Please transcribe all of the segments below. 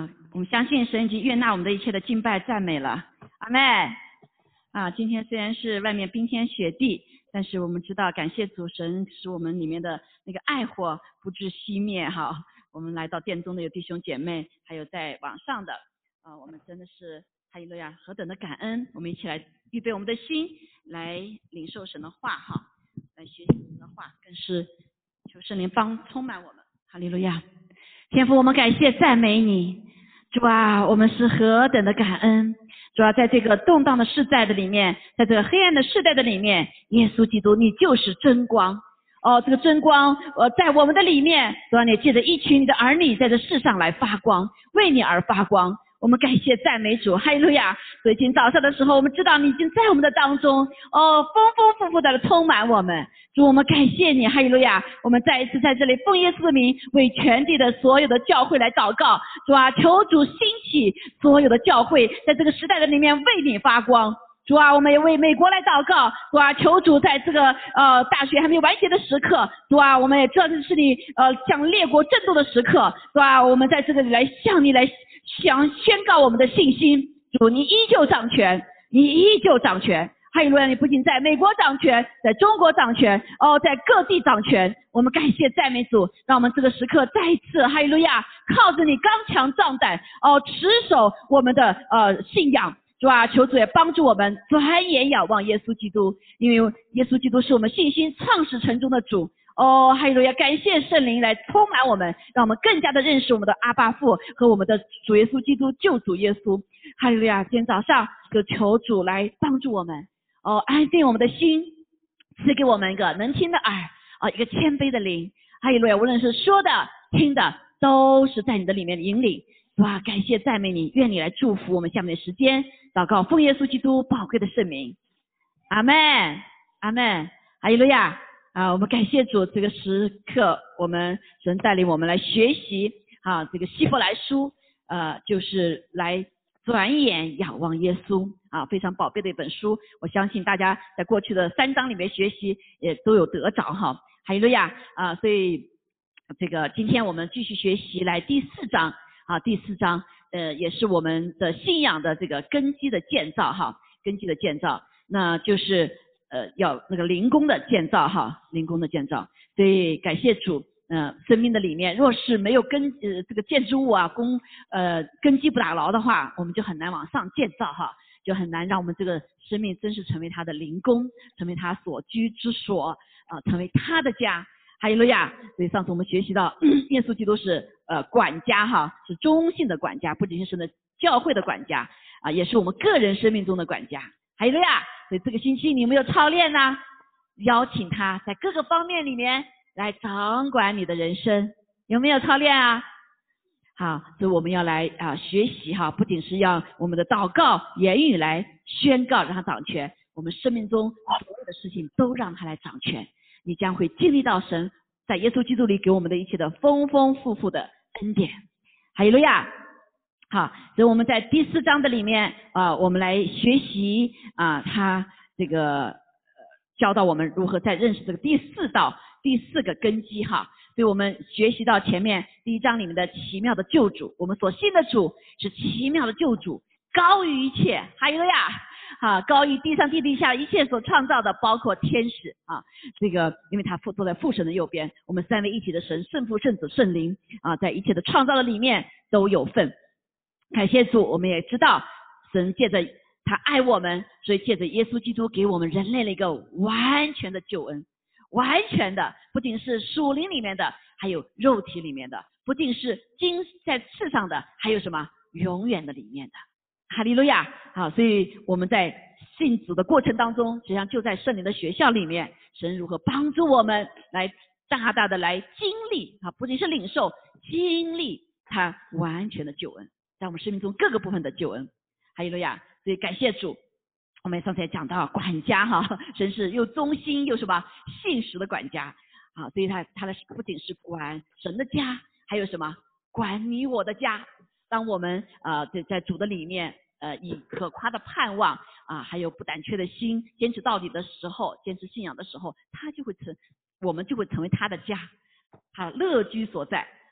我们相信神已经悦纳我们的一切的敬拜赞美了，阿们。今天虽然是外面冰天雪地，但是我们知道感谢主，神使我们里面的那个爱火不致熄灭哈。我们来到殿中的有弟兄姐妹，还有在网上的我们真的是哈利路亚，何等的感恩！我们一起来预备我们的心，来领受神的话哈，来学习神的话，更是求圣灵充满我们，哈利路亚。天父，我们感谢赞美你，主啊，我们是何等的感恩！主啊，在这个动荡的世代的里面，在这个黑暗的世代的里面，耶稣基督，你就是真光。这个真光，在我们的里面，主啊，你借着一群你的儿女在这世上来发光，为你而发光。我们感谢赞美主，哈利路亚！所以今天早上的时候，我们知道你已经在我们的当中，丰丰富富的充满我们。主，我们感谢你，哈利路亚！我们再一次在这里奉耶稣的名，为全地的所有的教会来祷告。主啊，求主兴起所有的教会，在这个时代的里面为你发光。主啊，我们也为美国来祷告。主啊，求主在这个大学还没有完结的时刻，主啊，我们也知道这是你向列国震动的时刻。主啊，我们在这个里来向你来想宣告我们的信心。主，你依旧掌权，你依旧掌权。哈利路亚！你不仅在美国掌权，在中国掌权，在各地掌权。我们感谢赞美主，让我们这个时刻再一次哈利路亚，靠着你刚强壮胆，持守我们的信仰。主啊，求主也帮助我们转眼仰望耶稣基督，因为耶稣基督是我们信心创始成终的主。哈利路亚！感谢圣灵来充满我们，让我们更加的认识我们的阿爸父和我们的主耶稣基督救主耶稣。哈利路亚！今天早上就求主来帮助我们，安定我们的心，赐给我们一个能听的耳，一个谦卑的灵。哈利路亚！无论是说的听的，都是在你的里面引领。哇，感谢赞美你，愿你来祝福我们下面的时间。祷告奉耶稣基督宝贵的圣名，阿们，阿们，哈利路亚！我们感谢主，这个时刻我们神带领我们来学习这个希伯来书，就是来转眼仰望耶稣非常宝贝的一本书。我相信大家在过去的3章里面学习也都有得着哈，哈利路亚！所以这个今天我们继续学习来第4章第4章也是我们的信仰的这个根基的建造根基的建造，那就是要那个灵宫的建造灵宫的建造。所以感谢主，生命的里面若是没有这个建筑物根基不打牢的话，我们就很难往上建造就很难让我们这个生命真是成为他的灵宫，成为他所居之所成为他的家。哈利路亚！所以上次我们学习到耶稣基督是管家是中性的管家，不仅是神的教会的管家也是我们个人生命中的管家。哈利路亚！所以这个星期你有没有操练呢？邀请他在各个方面里面来掌管你的人生，有没有操练好，所以我们要来学习不仅是要我们的祷告言语来宣告让他掌权，我们生命中所有的事情都让他来掌权。你将会经历到神在耶稣基督里给我们的一切的丰丰富富的恩典。哈利路亚！好，所以我们在第4章的里面我们来学习他这个教导我们如何再认识这个第4个根基所以我们学习到前面第1章里面的奇妙的救主，我们所信的主是奇妙的救主，高于一切。哈利路亚！高于地上地底下一切所创造的，包括天使这个因为他坐在父神的右边，我们3位一体的神，圣父圣子圣灵在一切的创造的里面都有份。感谢主，我们也知道神借着他爱我们，所以借着耶稣基督给我们人类了一个完全的救恩，完全的，不仅是属灵里面的，还有肉体里面的，不仅是在世上的，还有什么永远的里面的。哈利路亚！好，所以我们在信主的过程当中，实际上就在圣灵的学校里面，神如何帮助我们来大大的来经历不仅是领受，经历他完全的救恩，在我们生命中各个部分的救恩。哈利路亚！所以感谢主，我们上次也讲到管家神是又忠心又什么信实的管家所以他的不仅是管神的家，还有什么管你我的家。当我们在主的里面以可夸的盼望还有不胆怯的心坚持到底的时候，坚持信仰的时候，我们就会成为他的家，他乐居所在。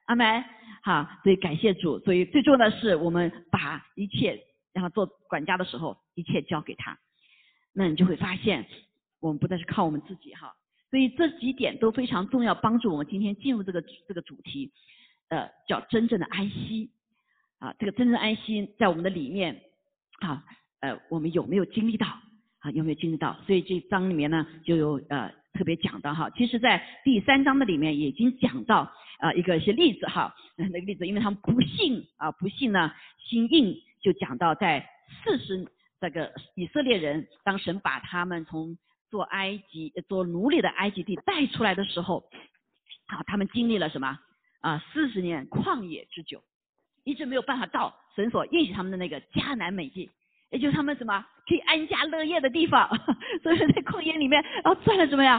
阿们。好，所以感谢主。所以最重要的是，我们把一切让他做管家的时候，一切交给他，那你就会发现，我们不再是靠我们自己哈。所以这几点都非常重要，帮助我们今天进入这个主题，叫真正的安息啊。这个真正的安息在我们的里面啊，我们有没有经历到啊？有没有经历到？所以这章里面呢，就有特别讲到哈。其实，在第3章的里面也已经讲到一些例子哈。那个例子，因为他们不信呢，心硬就讲到在40这个以色列人，当神把他们从做奴隶的埃及地带出来的时候，他们经历了什么？40年旷野之久，一直没有办法到神所应许他们的那个迦南美地，也就是他们什么可以安家乐业的地方。所以在旷野里面，然后转了怎么样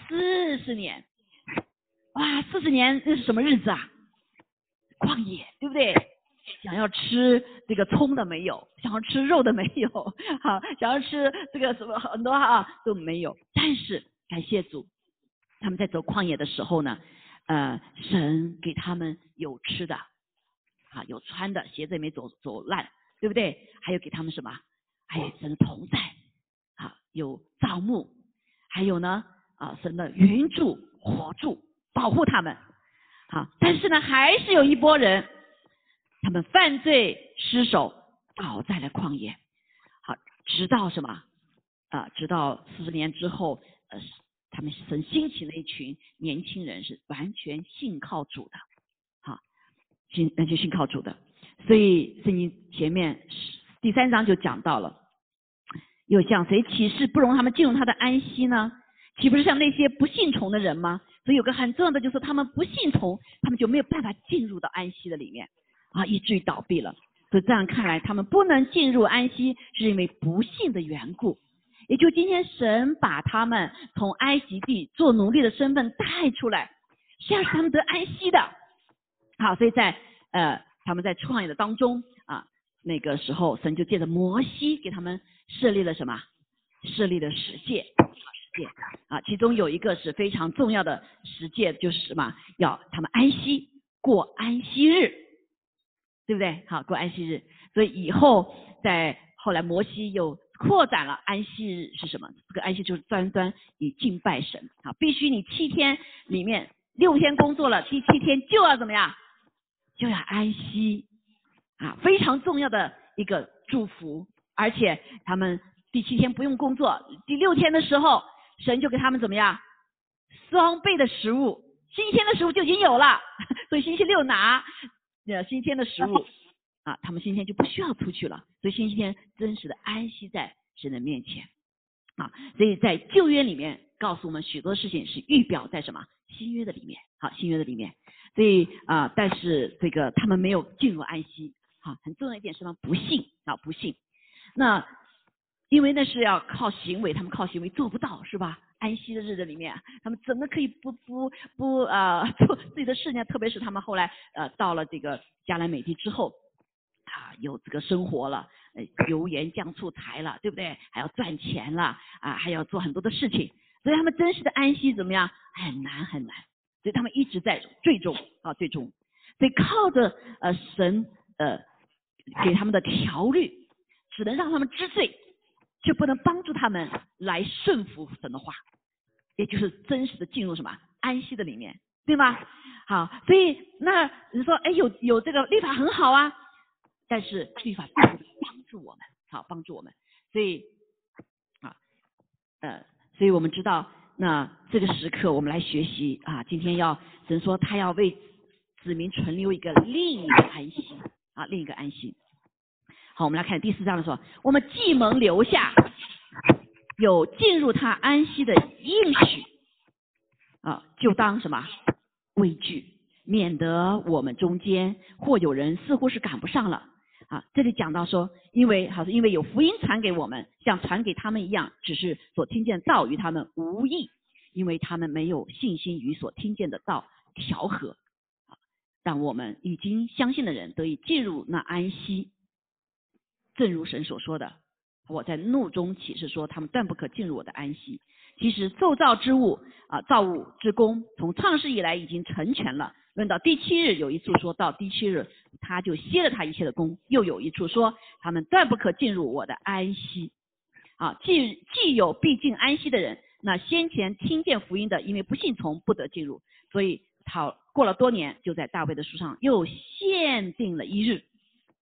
？40年，哇，40年那是什么日子啊？旷野，对不对？想要吃这个葱的没有，想要吃肉的没有，好，想要吃这个什么很多都没有。但是感谢主，他们在走旷野的时候呢，神给他们有吃的，有穿的，鞋子也没走烂，对不对？还有给他们什么？还有神的同在，有造牧，还有呢神的云柱火柱保护他们。但是呢，还是有一波人，他们犯罪失手，倒在了旷野。直到什么？直到40年之后，他们神兴起了一群年轻人，是完全信靠主的，完全信靠主的。所以圣经前面第3章就讲到了，又像谁启示不容他们进入他的安息呢？岂不是像那些不信从的人吗？所以有个很重要的就是他们不信从，他们就没有办法进入到安息的里面以至于倒闭了。所以这样看来，他们不能进入安息，是因为不信的缘故。也就今天神把他们从埃及地做奴隶的身份带出来，是要使他们得安息的。所以在他们在旷野的当中那个时候神就借着摩西给他们设立了什么？设立了十诫其中有一个是非常重要的十诫，就是什么？要他们安息，过安息日，对不对？过安息日。所以以后后来摩西又扩展了安息日是什么？这个安息就是专以敬拜神必须你7天里面6天工作了，第7天就要怎么样？就要安息非常重要的一个祝福。而且他们第7天不用工作，第6天的时候神就给他们怎么样？双倍的食物，新鲜的食物就已经有了，所以星期6拿新鲜的食物他们星期天就不需要出去了，所以星期天真实的安息在神的面前所以在旧约里面告诉我们许多事情是预表在什么？新约的里面新约的里面。所以但是这个他们没有进入安息很重要一点是他们不信不信。那因为那是要靠行为，他们靠行为做不到，是吧？安息的日子里面，他们怎么可以不做自己的事呢？特别是他们后来到了这个迦南美地之后有这个生活了，油盐酱醋柴了，对不对？还要赚钱了还要做很多的事情，所以他们真实的安息怎么样？很难很难。所以他们一直在最终所以靠着神给他们的条律，只能让他们知罪，却不能帮助他们来顺服神的话，也就是真实的进入什么安息的里面，对吗？所以那你说有这个律法很好但是律法不能帮助我们帮助我们。所以所以我们知道，那这个时刻我们来学习今天神说他要为子民存留一个另一个安息另一个安息。好，我们来看第4章的时候，我们既蒙留下有进入他安息的应许就当什么？畏惧，免得我们中间或有人似乎是赶不上了这里讲到说，因为有福音传给我们，像传给他们一样，只是所听见的道与他们无益，因为他们没有信心与所听见的道调和但我们已经相信的人得以进入那安息。正如神所说的，我在怒中起誓说，他们断不可进入我的安息。其实受造之物造物之功从创世以来已经成全了， 论到第七日，有一处说到第七日，他就歇了他一切的功；又有一处说，他们断不可进入我的安息。既有必进安息的人，那先前听见福音的，因为不信从，不得进入。所以过了多年，就在大卫的书上又限定了一日。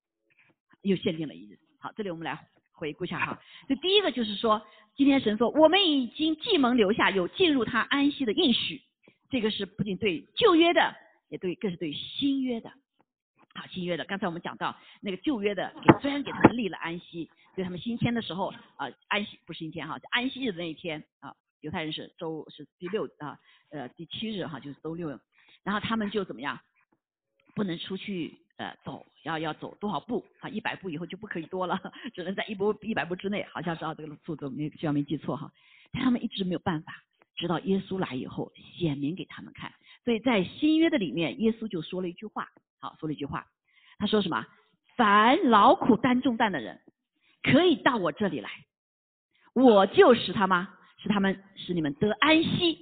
好，这里我们来回顾一下哈。这第一个就是说，今天神说，我们已经既蒙留下有进入他安息的应许。这个是不仅对旧约的，也更是对新约的。好，新约的，刚才我们讲到那个旧约的，虽然给他们立了安息，对他们新签的时候安息不是新签哈，安息日的那一天犹太人是第六第七日哈，就是周六，然后他们就怎么样，不能出去走，要走多少步100步以后就不可以多了，只能在100步之内，好像是这个数字希望没记错哈，但他们一直没有办法，直到耶稣来以后显明给他们看。所以在新约的里面，耶稣就说了一句话，他说什么？凡劳苦担重担的人，可以到我这里来，我就使他们得安息。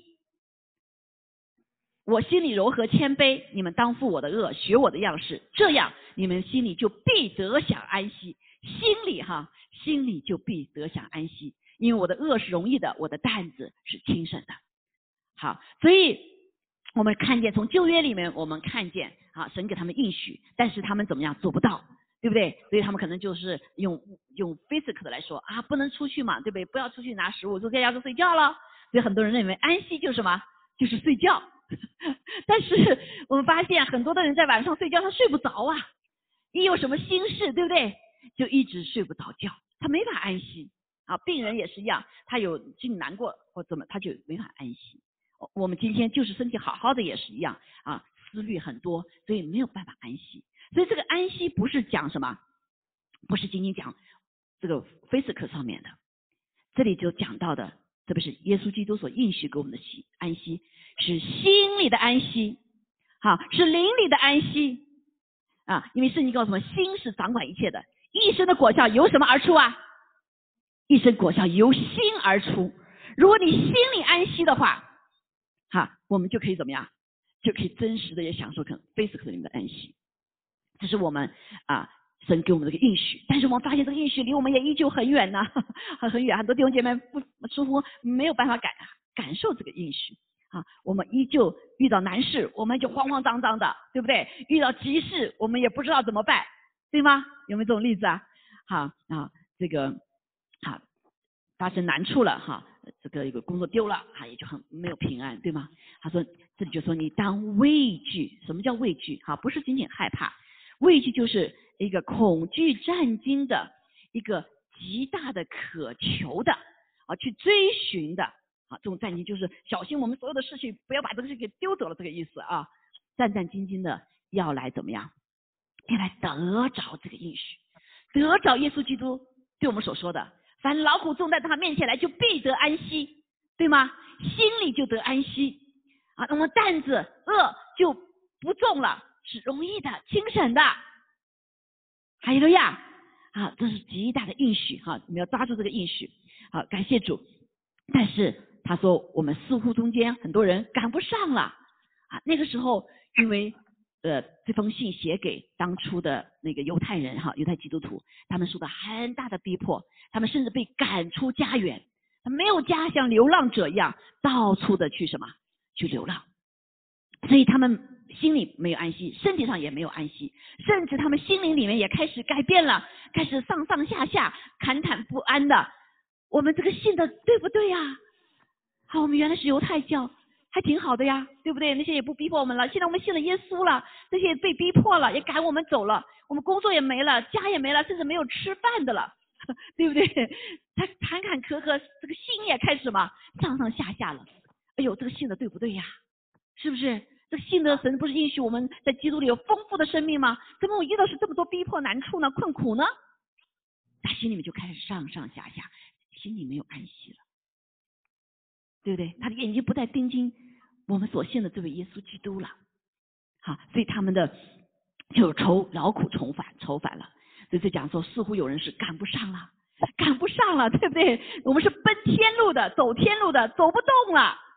我心里柔和谦卑，你们当负我的恶，学我的样式，这样你们心里就必得享安息。心里就必得享安息，因为我的恶是容易的，我的担子是轻省的。好，所以我们看见从旧约里面，我们看见神给他们应许，但是他们怎么样做不到，对不对？所以他们可能就是用 physical 的来说不能出去嘛，对不对？不要出去拿食物，就在家就睡觉了。所以很多人认为安息就是什么？就是睡觉。但是我们发现很多的人在晚上睡觉，他睡不着一有什么心事，对不对？就一直睡不着觉，他没法安息病人也是一样，他有心难过或怎么，他就没法安息。我们今天就是身体好好的也是一样思虑很多，所以没有办法安息。所以这个安息不是讲什么，不是仅仅讲这个 physical 上面的，这里就讲到的，特别是耶稣基督所应许给我们的安息，是心里的安息是灵里的安息因为圣经告诉我们，心是掌管一切的，一生的果效由什么而出一生果效由心而出。如果你心里安息的话我们就可以怎么样，就可以真实的也享受physical 里面的安息。这是我们神给我们这个应许，但是我们发现这个应许离我们也依旧很远很远，很多弟兄姐妹似乎没有办法感受这个应许我们依旧遇到难事，我们就慌慌张张的，对不对？遇到急事，我们也不知道怎么办，对吗？有没有这种例子这个发生难处了这个一个工作丢了也就很没有平安，对吗？他说这里就说你当畏惧。什么叫畏惧不是仅仅害怕，畏惧就是一个恐惧战惊的一个极大的渴求的去追寻的这种战兢，就是小心我们所有的事情不要把这个事给丢走了，这个意思战战兢兢的要来怎么样，要来得着这个应许，得着耶稣基督对我们所说的，凡劳苦重担到他面前来，就必得安息，对吗？心里就得安息那么担子恶就不重了，是容易的，轻省的。哈利路亚这是极大的应许我们要抓住这个应许感谢主。但是他说我们似乎中间很多人赶不上了那个时候因为这封信写给当初的那个犹太人犹太基督徒，他们受到很大的逼迫，他们甚至被赶出家园，他没有家，像流浪者一样到处的去流浪，所以他们心里没有安息，身体上也没有安息，甚至他们心灵里面也开始改变了，开始上上下下坎坦不安的。我们这个信的对不对我们原来是犹太教，还挺好的呀，对不对？那些也不逼迫我们了，现在我们信了耶稣了，这些也被逼迫了，也赶我们走了，我们工作也没了，家也没了，甚至没有吃饭的了，对不对？他坎坎坷坷，这个心也开始上上下下了。哎呦，这个信的对不对呀？是不是？这个信的神不是应许我们在基督里有丰富的生命吗？怎么我遇到是这么多逼迫难处呢，困苦呢？他心里面就开始上上下下，心里没有安息了，对不对？他的眼睛不再盯紧我们所信的这位耶稣基督了所以他们的就劳苦愁烦了。所以这讲说似乎有人是赶不上了，对不对？我们是奔天路的，走天路的，走不动了，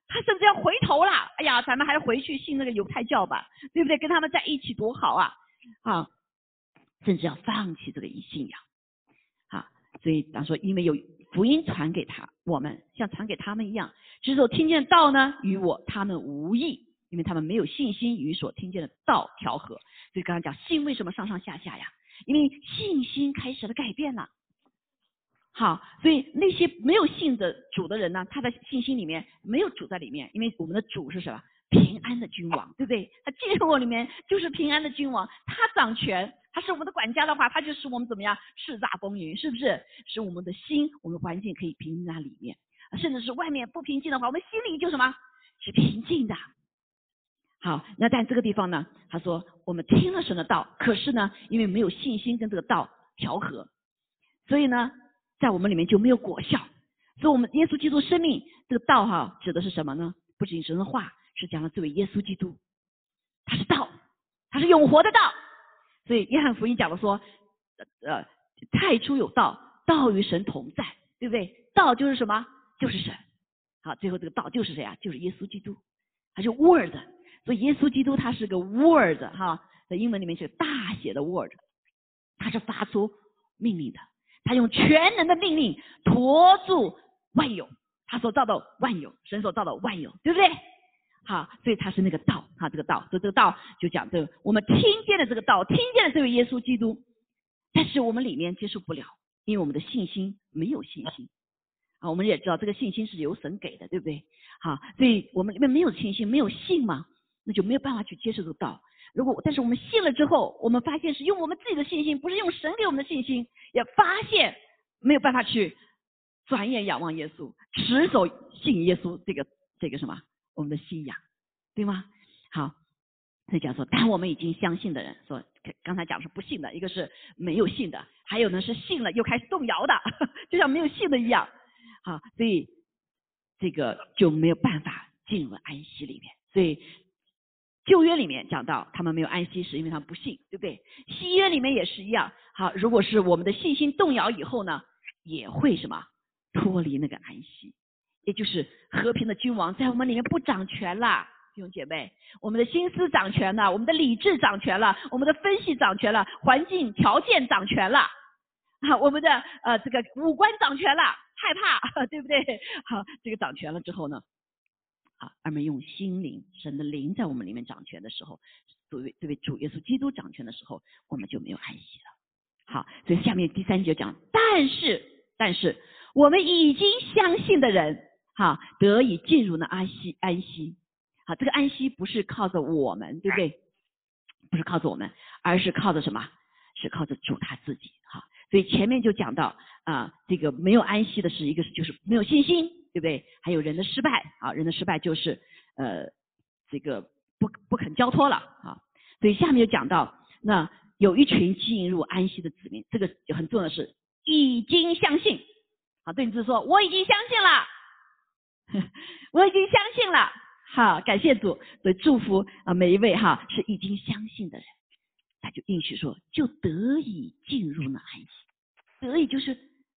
他甚至要回头了，哎呀，咱们还回去信那个犹太教吧，对不对？跟他们在一起多好啊！甚至要放弃这个信仰。所以当说，因为有福音传给我们，像传给他们一样，只所听见道呢，与他们无异，因为他们没有信心与所听见的道调和。所以刚刚讲信为什么上上下下呀？因为信心开始了改变了。所以那些没有信的主的人呢，他的信心里面没有主在里面，因为我们的主是什么？平安的君王，对不对？他进入我里面就是平安的君王，他掌权，他是我们的管家的话，他就使我们怎么样？叱咤风云，是不是？使我们的心，我们的环境可以平静在里面，甚至是外面不平静的话，我们心里就什么？是平静的。那但这个地方呢，他说我们听了神的道，可是呢，因为没有信心跟这个道调和，所以呢，在我们里面就没有果效。所以我们耶稣基督生命这个道指的是什么呢？不仅神的话，是讲了这位耶稣基督，他是道，他是永活的道。所以约翰福音讲了说，太初有道，道与神同在，对不对？道就是什么？就是神。最后这个道就是谁啊？就是耶稣基督，他是 Word。所以耶稣基督他是个 Word， 在英文里面是大写的 Word， 他是发出命令的，他用全能的命令托住万有，他所造的万有，神所造的万有，对不对？所以他是那个道，这个道，所以这个道就讲这个，我们听见了这个道，听见了这位耶稣基督，但是我们里面接受不了，因为我们的信心没有信心。我们也知道这个信心是由神给的，对不对？所以我们里面没有信心，没有信嘛，那就没有办法去接受这个道。但是我们信了之后，我们发现是用我们自己的信心，不是用神给我们的信心，也发现没有办法去转眼仰望耶稣，持守信耶稣这个什么我们的信仰，对吗？所以讲说，但我们已经相信的人，说刚才讲是不信的，一个是没有信的，还有呢是信了又开始动摇的，就像没有信的一样。所以这个就没有办法进入安息里面。所以旧约里面讲到他们没有安息，是因为他们不信，对不对？新约里面也是一样。如果是我们的信心动摇以后呢，也会什么脱离那个安息，也就是和平的君王在我们里面不掌权了。弟兄姐妹，我们的心思掌权了，我们的理智掌权了，我们的分析掌权了，环境条件掌权了，我们的这个五官掌权了，害怕，对不对？这个掌权了之后呢，而们用心灵，神的灵在我们里面掌权的时候，这位主耶稣基督掌权的时候，我们就没有安息了。所以下面第3节讲，但是我们已经相信的人，得以进入那安息。这个安息不是靠着我们，对不对？不是靠着我们，而是靠着什么？是靠着主他自己。所以前面就讲到这个没有安息的是一个就是没有信心，对不对？还有人的失败，人的失败就是这个不肯交托了。所以下面就讲到，那有一群进入安息的子民，这个很重要的是已经相信。对你自己说，我已经相信了，我已经相信了。感谢主，所以祝福每一位是已经相信的人，他就应许说就得以进入那安息。得以就是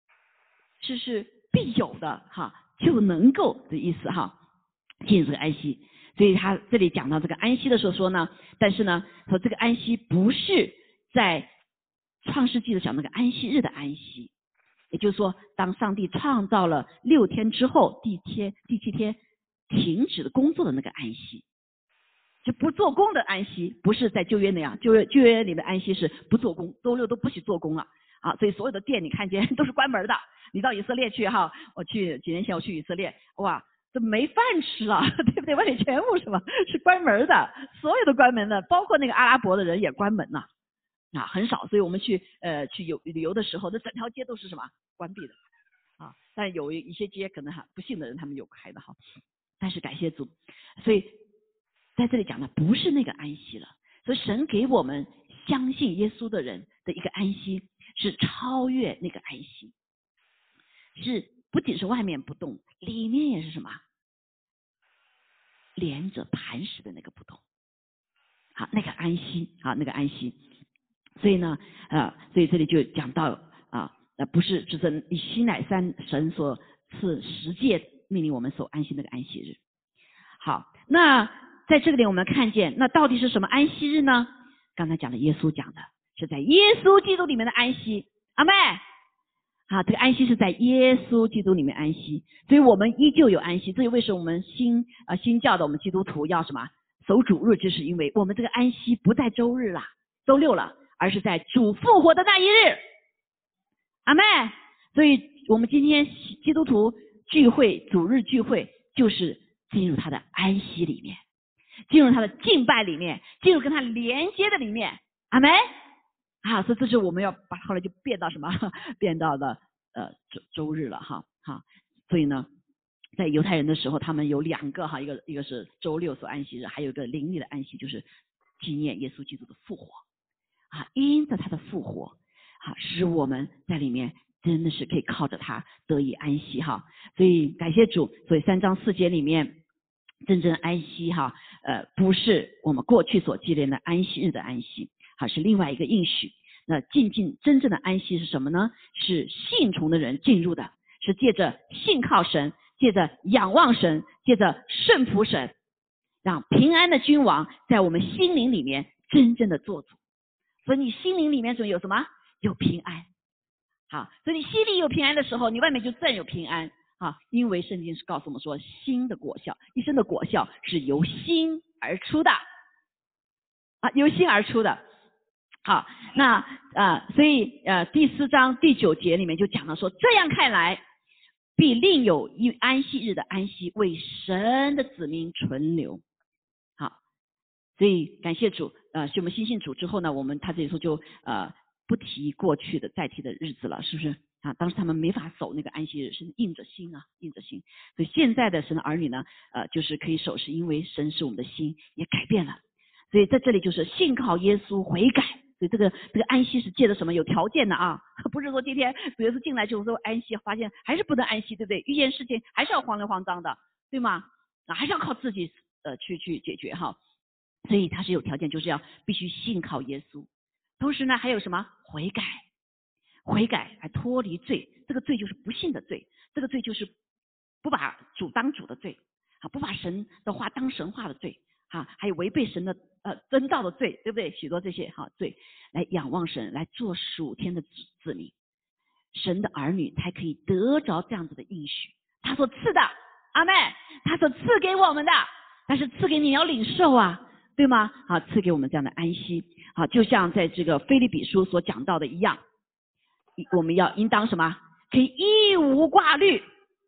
必有的就能够的意思进入这个安息。所以他这里讲到这个安息的时候说呢，但是呢说这个安息不是在创世纪的讲那个安息日的安息，也就是说当上帝创造了6天之后，第7天停止了工作的那个安息，就不做工的安息，不是在旧约那样。旧约里的安息是不做工，周6都不许做工了所以所有的店你看见都是关门的。你到以色列去我去几年前我去以色列，哇，这没饭吃了，对不对？外面全部什么是关门的，所有的关门的，包括那个阿拉伯的人也关门了很少。所以我们去旅游的时候，这整条街都是什么关闭的但有一些街可能不信的人他们有开的但是感谢主，所以在这里讲的不是那个安息了。所以神给我们相信耶稣的人的一个安息，是超越那个安息，是不仅是外面不动，里面也是什么连着磐石的那个不动那个安息那个安息。所以呢所以这里就讲到不是指着西乃山神所赐10诫命令我们守安息那个安息日， 好，那在这个点我们看见，那到底是什么安息日呢？刚才讲的耶稣讲的是在耶稣基督里面的安息，阿们。好，这个安息是在耶稣基督里面安息，所以我们依旧有安息。这也为什么我们新教的我们基督徒要什么守主日，就是因为我们这个安息不在周日啦、周六了，而是在主复活的那一日，阿们。所以我们今天基督徒聚会主日聚会，就是进入他的安息里面，进入他的敬拜里面，进入跟他连接的里面，阿们。所以这是我们要把后来就变到什么？变到了周日了哈。好，所以呢，在犹太人的时候，他们有两个哈，一个是周六所安息日，还有一个灵里的安息，就是纪念耶稣基督的复活因着他的复活使我们在里面真的是可以靠着他得以安息哈。所以感谢主，所以3章4节里面真正安息不是我们过去所纪念的安息日的安息是另外一个应许。那真正的安息是什么呢？是信从的人进入的，是借着信靠神，借着仰望神，借着顺服神，让平安的君王在我们心灵里面真正的做主。所以你心灵里面有什么？有平安。好，所以你心里有平安的时候，你外面就自然有平安因为圣经是告诉我们说，心的果效，一生的果效是由心而出的由心而出的。好，那所以第4章第9节里面就讲到说，这样看来，必另有一安息日的安息为神的子民存留。好，所以感谢主，是我们新信主之后呢，他这里说就不提过去的再提的日子了，是不是当时他们没法守那个安息日，是硬着心硬着心。所以现在的神的儿女呢，就是可以守，是因为神使我们的心也改变了。所以在这里就是信靠耶稣悔改。所以这个安息是借着什么？有条件的不是说今天主耶稣进来就说安息，发现还是不能安息，对不对？遇见事情还是要慌里慌张的，对吗？还是要靠自己去解决所以他是有条件，就是要必须信靠耶稣。同时呢，还有什么？悔改还脱离罪。这个罪就是不信的罪，这个罪就是不把主当主的罪不把神的话当神话的罪还有违背神的真道的罪，对不对？许多这些罪，来仰望神，来做属天的子民，神的儿女才可以得着这样子的应许。他所赐的，阿们，他所赐给我们的，但是赐给你要领受对吗？赐给我们这样的安息就像在这个腓立比书所讲到的一样，我们要应当什么？可以一无挂虑。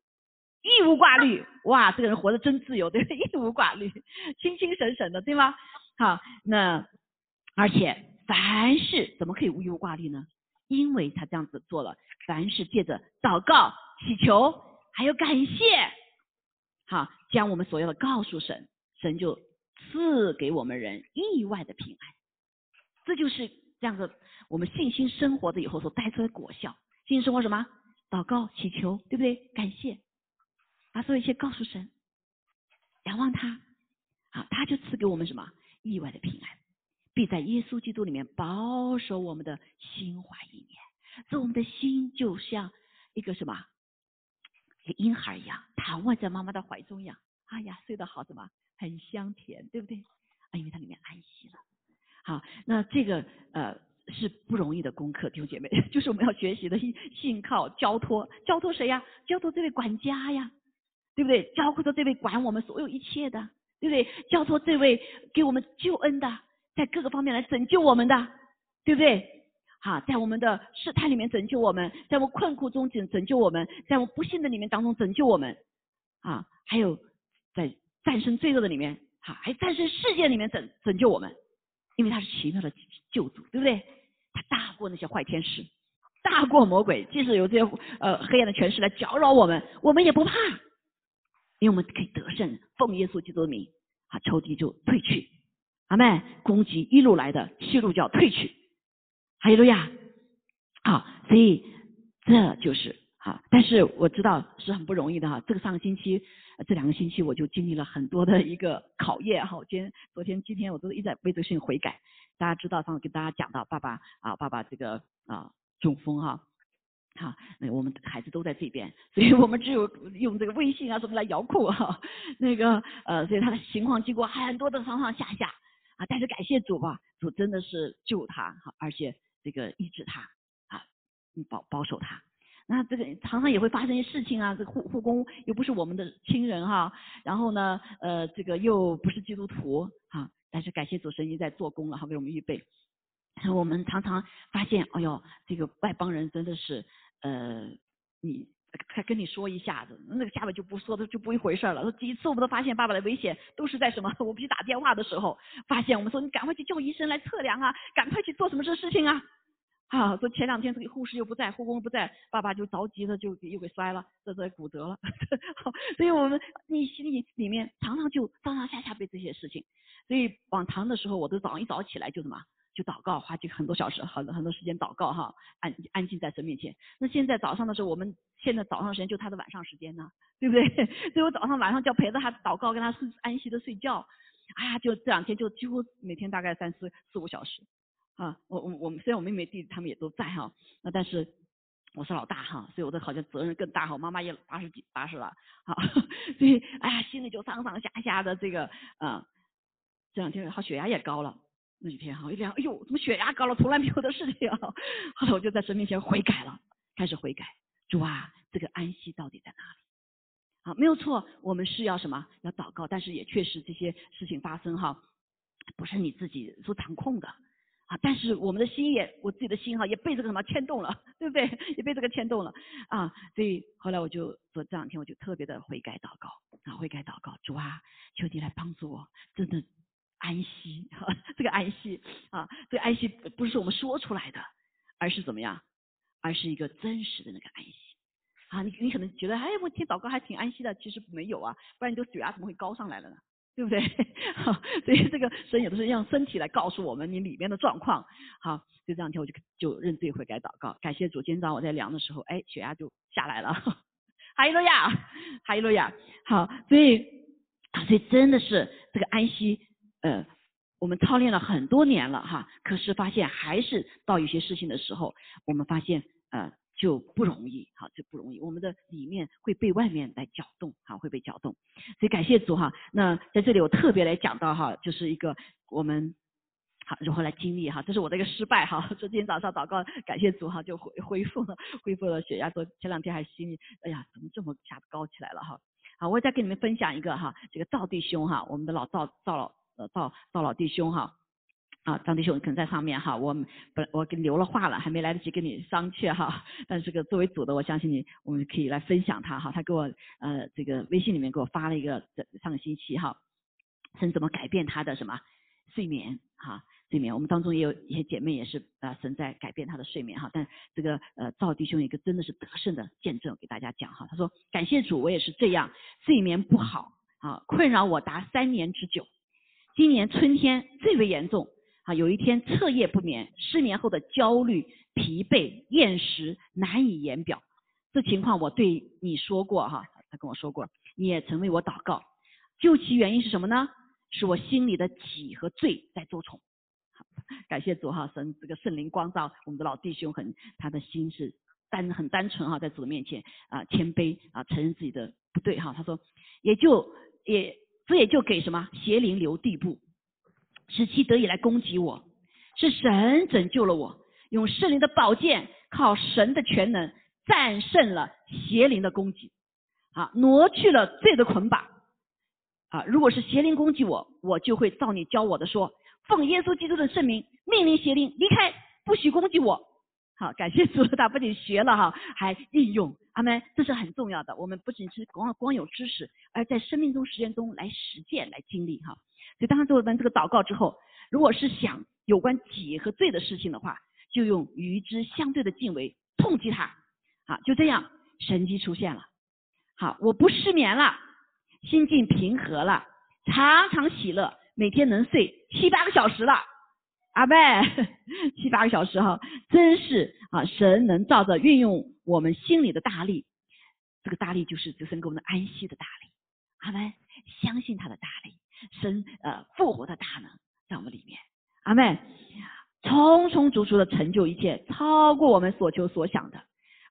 哇，这个人活得真自由，对不对？一无挂虑，清清省省的，对吗？好，那而且凡事怎么可以一无挂虑呢？因为他这样子做了，凡事借着祷告、祈求还有感谢将我们所要的告诉神，神就赐给我们人意外的平安。这就是这样子我们信心生活的以后所带出的果效。信心生活什么？祷告、祈求，对不对？感谢，把所有一切告诉神，仰望他他就赐给我们什么？意外的平安，必在耶稣基督里面保守我们的心怀意念。所以我们的心就像一个什么？一个婴孩一样，躺卧在妈妈的怀中一样，睡得好什么？很香甜，对不对？因为它里面安息了。好，那这个是不容易的功课，弟兄姐妹，就是我们要学习的信靠交托谁呀？交托这位管家呀，对不对？交托这位管我们所有一切的，对不对？交托这位给我们救恩的，在各个方面来拯救我们的，对不对？在我们的试探里面拯救我们，在我们困苦中拯救我们，在我们不幸的里面当中拯救我们还有在战胜罪恶的里面还战胜世界里面拯救我们。因为他是奇妙的救主，对不对？他大过那些坏天使，大过魔鬼，即使有这些黑暗的权势来搅扰我们，我们也不怕，因为我们可以得胜，奉耶稣基督的名仇敌就退去，阿们。攻击一路来的七路就要退去，哈利路亚。所以这就是但是我知道是很不容易的这个上个星期这2个星期我就经历了很多的一个考验昨天今天我都一直在为这个事情悔改。大家知道上次跟大家讲到爸爸这个中风好，那我们孩子都在这边，所以我们只有用这个微信啊什么来遥控哈，所以他的情况经过很多的上上下下啊，但是感谢主吧，主真的是救他哈，而且这个医治他啊，保守他。那这个常常也会发生一些事情啊，这个护工又不是我们的亲人哈，然后呢这个又不是基督徒哈，但是感谢主神已经在做工了哈，为我们预备。我们常常发现，哎呦，这个外邦人真的是，他跟你说一下子，那个下边就不说的就不一回事了。几次我们都发现爸爸的危险都是在什么？我们去打电话的时候，发现我们说你赶快去叫医生来测量啊，赶快去做什么事情啊。啊，说前2天这个护士又不在，护工不在，爸爸就着急的就又给摔了，这骨折了。所以我们你心里面常常就上上下下被这些事情。所以往常的时候，我都早上一早起来就什么？就祷告，花很多小时，很多时间祷告哈，安静在神面前。那现在早上的时候，我们现在早上时间就他的晚上时间呢，对不对？所以我早上晚上就要陪着他祷告，跟他安息的睡觉。哎呀，就这2天就几乎每天大概4、5小时啊。我们虽然我妹妹弟弟他们也都在哈，那但是我是老大哈，所以我的好像责任更大哈。妈妈也80了，好，所以哎呀，心里就上上下下的这个这2天好血压也高了。那几天哈，一量，哎呦，怎么血压高了？从来没有的事情啊！后来我就在神面前悔改了，开始悔改。主啊，这个安息到底在哪里？好，没有错，我们是要什么？要祷告，但是也确实这些事情发生哈，不是你自己所掌控的啊。但是我们的心我自己的心哈，也被这个什么牵动了，对不对？也被这个牵动了啊。所以后来这2天我就特别的悔改祷告啊，悔改祷告，主啊，求你来帮助我，真的。安息哈，这个安息啊，这个安息不是我们说出来的，而是怎么样？而是一个真实的那个安息啊！你可能觉得，哎，我听祷告还挺安息的，其实没有啊，不然你的血压怎么会高上来了呢？对不对？好，所以这个神有的是让身体来告诉我们你里面的状况。好，就这2天我就认罪悔改祷告，感谢主。今天早上我在量的时候，哎，血压就下来了。哈利路亚，哈利路亚。好，所以真的是这个安息。我们操练了很多年了哈，可是发现还是到有些事情的时候，我们发现就不容易，好，就不容易，我们的里面会被外面来搅动，好，会被搅动。所以感谢主哈。那在这里我特别来讲到哈，就是一个我们好如何来经历哈，这是我的一个失败哈。今天早上祷告，感谢主哈，就恢复了血压，前2天还心里哎呀怎么这么下高起来了哈。好，我再跟你们分享一个哈，这个赵弟兄哈，我们的赵老弟兄哈，张弟兄可能在上面哈，我给你留了话了，还没来得及跟你商榷哈，但是这个作为主的，我相信我们可以来分享他哈，他给我这个微信里面给我发了一个上个星期哈，神怎么改变他的什么睡眠哈。睡眠，我们当中也有一些姐妹也是神在改变她的睡眠哈，但这个赵弟兄一个真的是得胜的见证给大家讲哈，他说感谢主，我也是这样，睡眠不好啊，困扰我达3年之久，今年春天最为严重啊，有一天彻夜不眠，失眠后的焦虑、疲惫、厌食难以言表，这情况我对你说过哈，他跟我说过，你也曾为我祷告，究其原因是什么呢？是我心里的己和罪在作祟。感谢主哈，神这个圣灵光照我们的老弟兄，他的心是很单纯哈，在主的面前谦卑承认自己的不对哈。他说这也就给什么邪灵留地步，使其得以来攻击我，是神拯救了我，用圣灵的宝剑，靠神的全能战胜了邪灵的攻击挪去了罪的捆绑如果是邪灵攻击我，我就会照你教我的说，奉耶稣基督的圣名命令邪灵离开，不许攻击我。好，感谢主，他不仅学了哈，还应用，阿们，这是很重要的。我们不仅是光有知识，而在生命中实践中来实践来经历哈。所以当他做完这个祷告之后，如果是想有关己和罪的事情的话，就用与之相对的敬畏痛击他。好，就这样神迹出现了。好，我不失眠了，心境平和了，常常喜乐，每天能睡7、8个小时了。阿妹7、8个小时哈，真是神能照着运用我们心里的大力，这个大力就是神给我们的安息的大力。阿妹相信他的大力，神复活的大能在我们里面。阿妹充充足足的成就一切，超过我们所求所想的。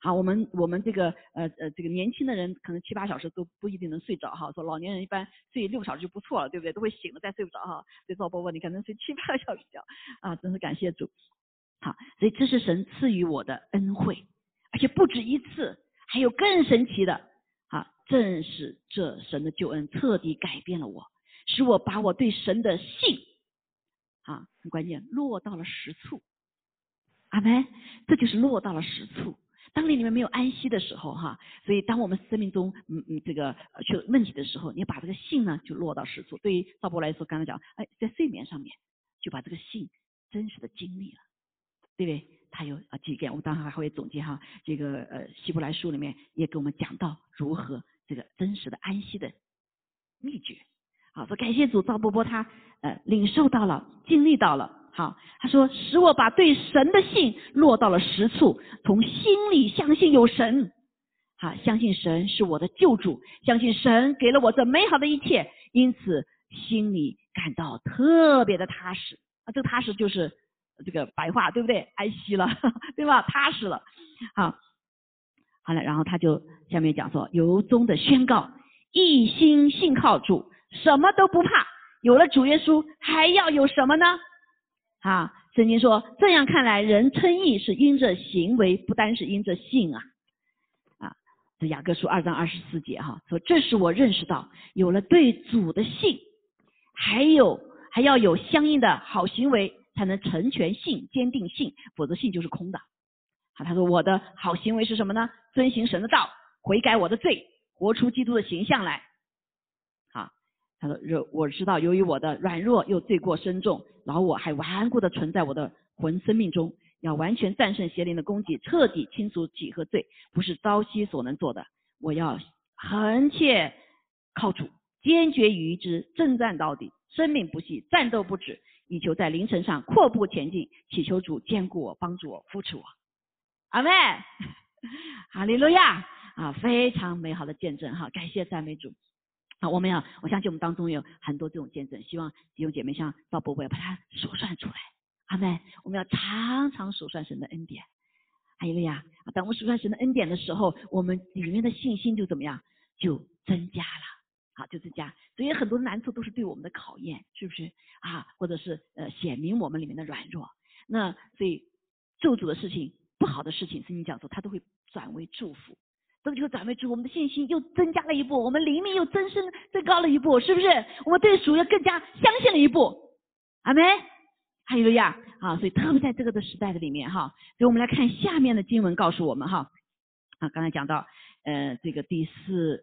好，我们这个这个年轻的人可能7、8小时都不一定能睡着哈，说老年人一般睡6个小时就不错了，对不对？都会醒了再睡不着哈。所以赵伯伯你可能睡7、8个小时觉啊，真是感谢主。好，所以这是神赐予我的恩惠，而且不止一次，还有更神奇的啊！正是这神的救恩彻底改变了我，使我把我对神的信啊，很关键，落到了实处。阿门，这就是落到了实处。当你里面没有安息的时候哈，所以当我们生命中这个出问题的时候，你把这个信呢就落到实处。对于赵伯来说，刚才讲，在睡眠上面就把这个信真实的经历了，对不对？他有几点，我们当然还会总结哈。这个希伯来书里面也给我们讲到如何这个真实的安息的秘诀。好，说感谢主，赵伯伯他领受到了，经历到了。好，他说使我把对神的信落到了实处，从心里相信有神，好，相信神是我的救主，相信神给了我这美好的一切，因此心里感到特别的踏实。这个踏实就是这个白话，对不对？安息了，对吧？踏实了。好了，然后他就下面讲说，由衷的宣告，一心信靠主，什么都不怕。有了主耶稣，还要有什么呢？圣经说，这样看来，人称义是因着行为，不单是因着信啊。这雅各书2章24节说，这是我认识到，有了对主的信，还要有相应的好行为，才能成全信，坚定信，否则信就是空的。他说我的好行为是什么呢？遵行神的道，悔改我的罪，活出基督的形象来。他说我知道由于我的软弱又罪过深重，老我还顽固的存在我的魂生命中，要完全战胜邪灵的攻击，彻底清除己和罪，不是朝夕所能做的。我要恒切靠主，坚决与之征战到底，生命不息，战斗不止，以求在凌晨上阔步前进，祈求主坚固我，帮助我，扶持我。阿们，哈利路亚非常美好的见证感谢赞美主。我相信我们当中有很多这种见证，希望弟兄姐妹像赵伯伯把它数算出来。阿们，我们要常常数算神的恩典。哈利路亚！当我们数算神的恩典的时候，我们里面的信心就怎么样？就增加了。就增加。所以很多难处都是对我们的考验，是不是或者是显明我们里面的软弱。那所以咒诅的事情、不好的事情，圣经讲说，它都会转为祝福。这就转为主，我们的信心又增加了一步，我们灵命又增高了一步，是不是？我们对主又更加相信了一步。阿们，哈利路亚所以特别在这个的时代的里面所以我们来看下面的经文告诉我们刚才讲到这个第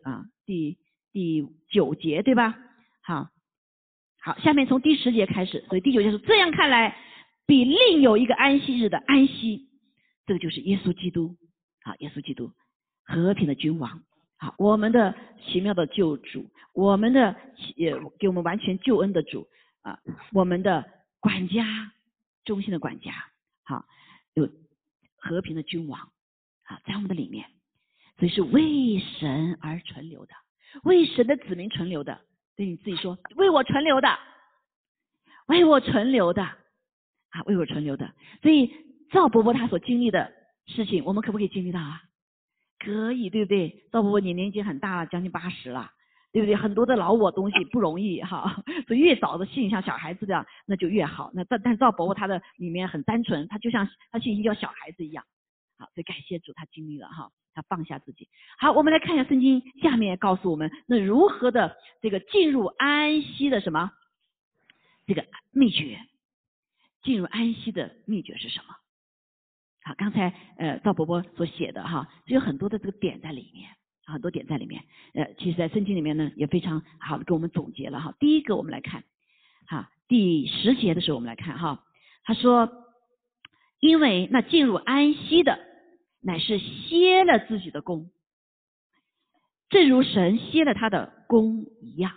9节对吧？好，下面从第10节开始，所以第9节是这样看来，比另有一个安息日的安息，这个就是耶稣基督耶稣基督。和平的君王我们的奇妙的救主，我们的给我们完全救恩的主我们的管家，忠心的管家有和平的君王在我们的里面，所以是为神而存留的，为神的子民存留的。对你自己说，为我存留的，为我存留的为我存留的。所以赵伯伯他所经历的事情，我们可不可以经历到可以，对不对？赵伯伯你年纪很大了，将近80了，对不对？很多的老我东西不容易所以越早的信像小孩子的那就越好。但赵伯伯他的里面很单纯，他就像他信心叫小孩子一样所以感谢主他经历了他放下自己。好，我们来看一下圣经下面告诉我们，那如何的这个进入安息的什么这个秘诀，进入安息的秘诀是什么？刚才赵伯伯所写的就有很多的这个点在里面，很多点在里面。其实在圣经里面呢也非常好的给我们总结了第一个我们来看第10节的时候我们来看他说，因为那进入安息的乃是歇了自己的功，正如神歇了他的功一样。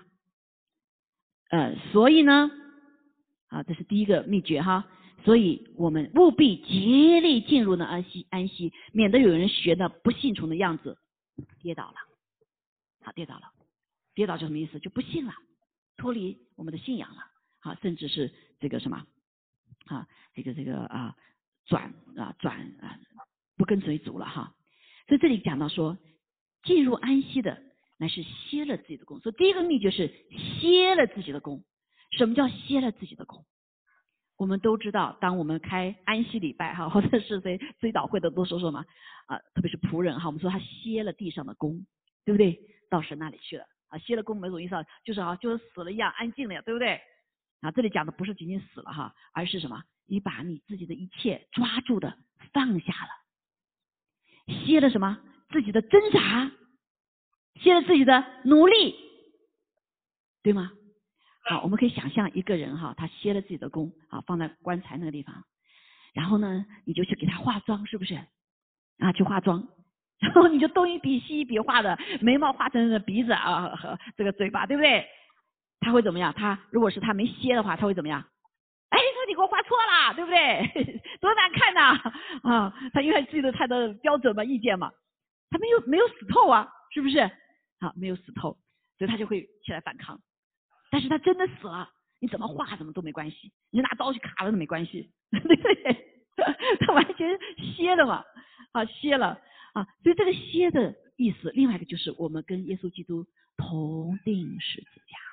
所以呢这是第一个秘诀所以我们务必竭力进入那安息，免得有人学那不信从的样子跌倒了。跌倒就什么意思？就不信了，脱离我们的信仰了甚至是这个什么这个转不跟随主了所以这里讲到说，进入安息的乃是歇了自己的功。所以第一个秘就是歇了自己的功。什么叫歇了自己的功？我们都知道，当我们开安息礼拜哈，或者是谁追悼会的都说什么特别是仆人哈，我们说他歇了地上的功，对不对？到神那里去了歇了功某种意思上就是死了一样，安静了，对不对？这里讲的不是仅仅死了哈，而是什么？你把你自己的一切抓住的放下了，歇了什么？自己的挣扎，歇了自己的努力，对吗？好，我们可以想象一个人哈，他歇了自己的功放在棺材那个地方，然后呢，你就去给他化妆，是不是？去化妆，然后你就东一笔西一笔画的，眉毛画成鼻子和这个嘴巴，对不对？他会怎么样？他如果是他没歇的话，他会怎么样？哎，说你给我画错了，对不对？多难看呐！他因为自己的他的标准嘛，意见嘛，他没有死透啊，是不是？没有死透，所以他就会起来反抗。但是他真的死了，你怎么画怎么都没关系，你拿刀去砍了都没关系，对不对？他完全歇了嘛，歇了所以这个歇的意思，另外一个就是我们跟耶稣基督同定十字架，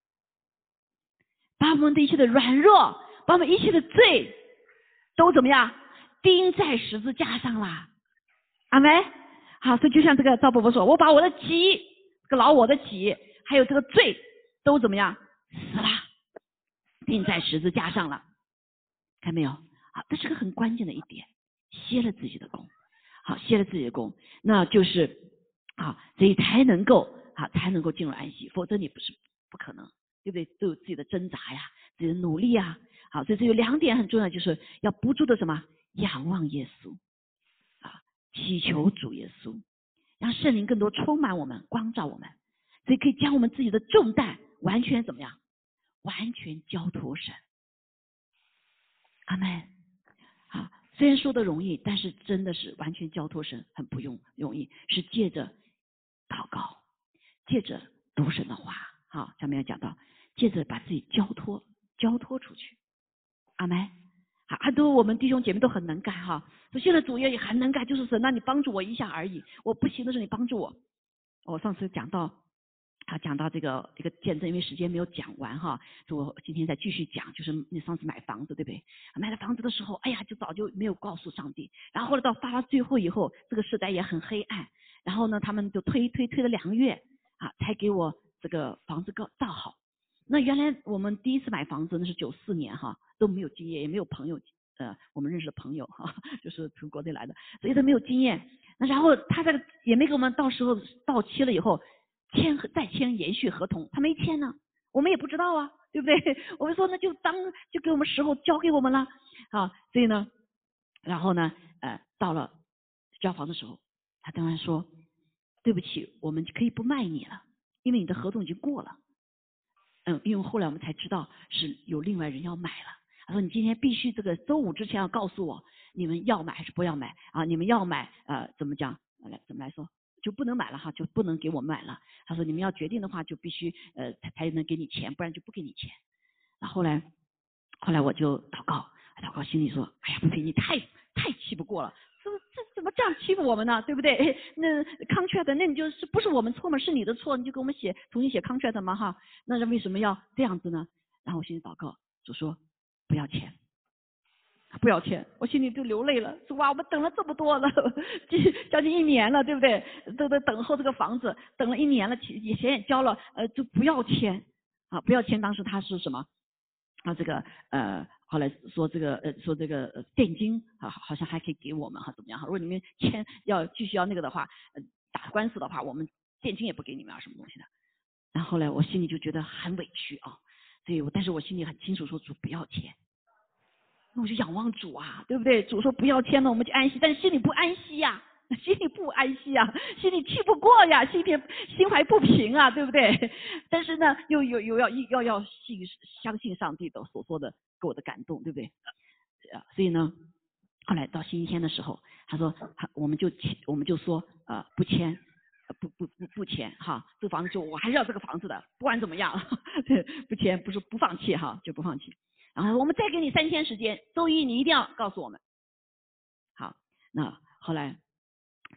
把我们的一切的软弱，把我们一切的罪都怎么样钉在十字架上了，阿们。好，所以就像这个赵伯伯说，我把我的己，这个老我的己，还有这个罪都怎么样死了，钉在十字架上了，看没有？这是个很关键的一点，歇了自己的功。歇了自己的功，那就是所以才能够进入安息，否则你不可能，对不对？都有自己的挣扎呀，自己的努力呀。好，所以这有两点很重要，就是要不住的什么仰望耶稣祈求主耶稣，让圣灵更多充满我们，光照我们，所以可以将我们自己的重担完全怎么样？完全交托神。阿们。虽然说的容易，但是真的是完全交托神很不容易，是借着祷告，借着读神的话，下面要讲到借着把自己交托出去。阿们。很多我们弟兄姐妹都很能干说现在主也很能干，就是神，那你帮助我一下而已，我不行的时候你帮助我。我上次讲到这个见证，因为时间没有讲完所以我今天再继续讲，就是你上次买房子对不对？买了房子的时候，哎呀，就早就没有告诉上帝，然后后来到发到最后以后，这个时代也很黑暗，然后呢，他们就推了2个月才给我这个房子造好。那原来我们第一次买房子那是94年都没有经验，也没有朋友我们认识的朋友就是从国内来的，所以他没有经验。那然后他这个也没给我们，到时候到期了以后再签延续合同，他没签呢，我们也不知道对不对？我们说那就给我们时候交给我们了所以呢，然后呢到了交房的时候，他当然说对不起，我们可以不卖你了，因为你的合同已经过了。因为后来我们才知道是有另外人要买了。他说你今天必须这个周5之前要告诉我你们要买还是不要买你们要买怎么讲怎么来说就不能买了就不能给我买了。他说你们要决定的话就必须才能给你钱，不然就不给你钱。后来我就祷告心里说，哎呀不行，你太气不过了，这怎么这样欺负我们呢？对不对？那 contract 那你就是不是我们错吗？是你的错，你就给我们重新写 contract 吗那为什么要这样子呢？然后我心里祷告，主说不要钱，不要钱，我心里就流泪了。说哇，我们等了这么多了，将近1年了，对不对？都等候这个房子，等了1年了，钱也交了，就不要钱不要钱。当时他是什么这个后来说这个现金好像还可以给我们怎么样如果你们继续要那个的话打官司的话，我们现金也不给你们什么东西的。然后后来我心里就觉得很委屈所以但是我心里很清楚说主不要钱，那我就仰望主对不对？主说不要钱了，我们就安息，但是心里不安息心里不安息心里气不过心怀不平对不对？但是呢又要相信上帝的所说的给我的感动，对不对？所以呢后来到星期天的时候，他说我们就说不签不签这个房子就我还是要这个房子的，不管怎么样不签，不是不放弃就不放弃。然后我们再给你3天时间，周一你一定要告诉我们。好，那后来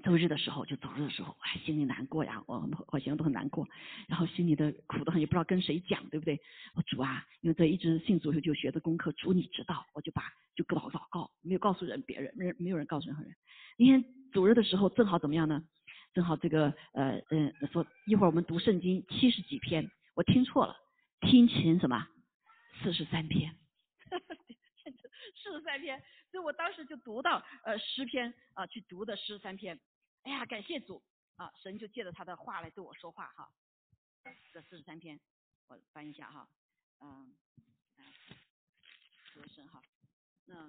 周日的时候，就走日的时候，心里难过呀，我好像都很难过，然后心里的苦的很，也不知道跟谁讲，对不对？我主啊，因为这一直信主就学的功课，主你知道，我就祷告，没有告诉别人，没有人告诉任何人。那天主日的时候，正好怎么样呢？正好这个说一会儿我们读圣经70几篇，我听错了，听成什么43篇。43篇，所以我当时就读到诗篇去读的13篇。哎呀，感谢主啊，神就借着他的话来对我说话哈。这43篇，我翻译一下哈，和声哈，那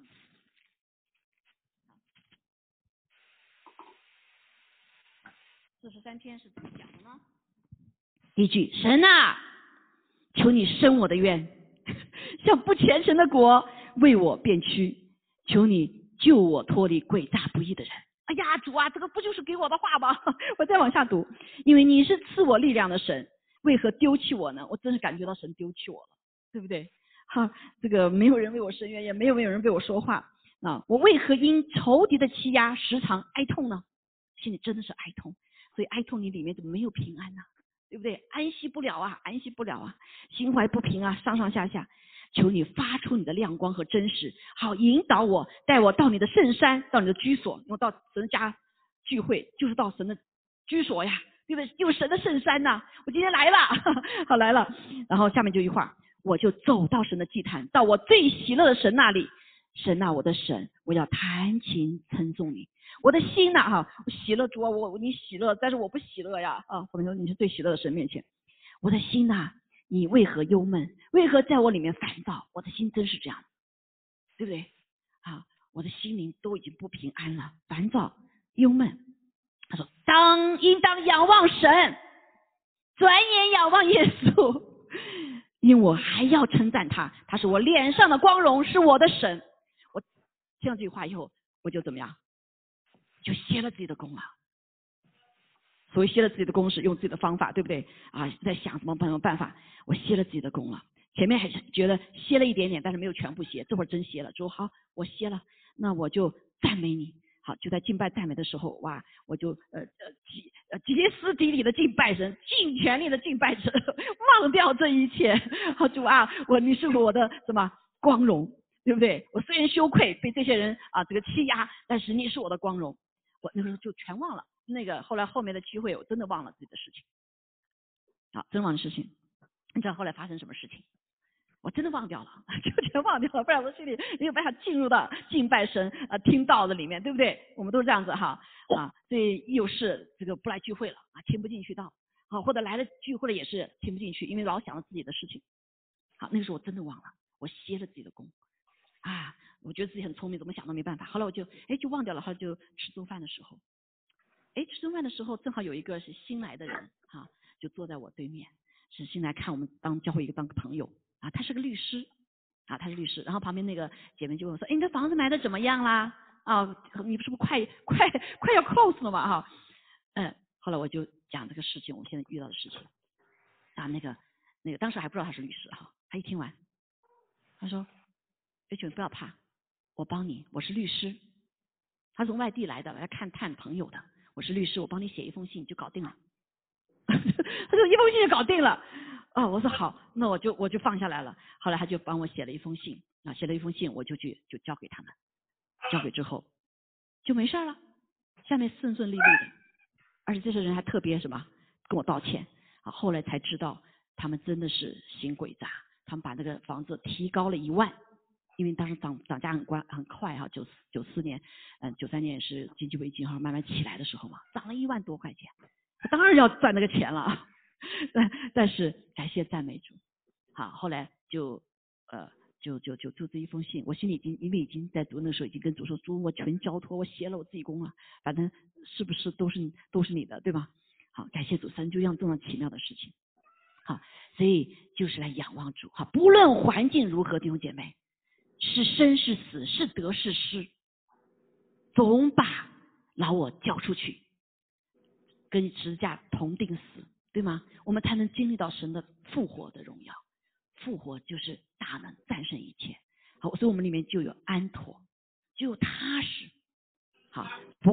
43篇是怎么讲的呢？第一句，神啊，求你伸我的冤，向不虔诚的国为我辩屈，求你救我脱离诡诈不义的人。哎呀，主啊，这个不就是给我的话吗？我再往下读，因为你是赐我力量的神，为何丢弃我呢？我真是感觉到神丢弃我了，对不对？哈，这个没有人为我伸冤，也没有人为我说话啊！我为何因仇敌的欺压时常哀痛呢？心里真的是哀痛，所以哀痛你里面怎么没有平安呢？对不对？安息不了啊，心怀不平啊，上下。求你发出你的亮光和真实，好引导我，带我到你的圣山，到你的居所。因为到神家聚会就是到神的居所呀，对不对？就是神的圣山呐。我今天来了，好来了。然后下面这句话，我就走到神的祭坛，到我最喜乐的神那里。神啊，我的神，我要弹琴称颂你。我的心呐，我喜乐主啊，你喜乐，但是我不喜乐呀啊！我们说你是最喜乐的神面前，我的心呐，你为何忧闷？为何在我里面烦躁？我的心真是这样，对不对？啊，我的心灵都已经不平安了，烦躁、忧闷。他说，应当仰望神，转眼仰望耶稣，因为我还要称赞他，他是我脸上的光荣，是我的神。我听了这句话以后，我就怎么样？就歇了自己的功了。所谓歇了自己的功是用自己的方法，对不对啊？在想什么办法？我歇了自己的功了。前面还是觉得歇了一点点，但是没有全部歇。这会儿真歇了，主好，我歇了，那我就赞美你。好，就在敬拜赞美的时候，哇，我就歇斯底里的敬拜神，尽全力的敬拜神，忘掉这一切。好，主啊，你是我的什么光荣，对不对？我虽然羞愧被这些人这个欺压，但是你是我的光荣。我那个时候就全忘了。那个后面的聚会，我真的忘了自己的事情，真忘了事情。你知道后来发生什么事情？我真的忘掉了，就全忘掉了，不然我心里没有办法进入到敬拜神听道的里面，对不对？我们都是这样子所以有事这个不来聚会了听不进去道或者来了聚会了也是听不进去，因为老想着自己的事情。那个时候我真的忘了，我歇了自己的功我觉得自己很聪明，怎么想都没办法。后来我就忘掉了，后来就吃中饭的时候。吃中饭的时候，正好有一个是新来的人就坐在我对面，是新来看我们当教会一个当朋友他是个律师他是律师。然后旁边那个姐妹就问我说：“你这房子买的怎么样啦？你是不是快要 close 了嘛？”后来我就讲这个事情，我现在遇到的事情那个当时还不知道他是律师他一听完，他说：“Rachel，不要怕，我帮你，我是律师。”他从外地来的，来看朋友的。我是律师，我帮你写一封信就搞定了。他说一封信就搞定了我说好，那我就放下来了。后来他就帮我写了一封信我就交给他们，交给之后就没事了，下面顺利的。而且这些人还特别什么跟我道歉后来才知道他们真的是行诡诈，他们把这个房子提高了1万。因为当时涨价很快94年93年是经济危机慢慢起来的时候嘛，涨了1万多块钱，当然要赚那个钱了但是感谢赞美主后来就这一封信，我心里因为已经在读那时候已经跟主说，主我全交托，我歇了我自己功了，反正是不是都是你的，对吧？好，感谢主，神就让这样奇妙的事情所以就是来仰望主不论环境如何，弟兄姐妹，是生是死，是得是失，总把老我交出去，跟十字架同定死，对吗？我们才能经历到神的复活的荣耀。复活就是大能战胜一切所以我们里面就有安妥，就有踏实不管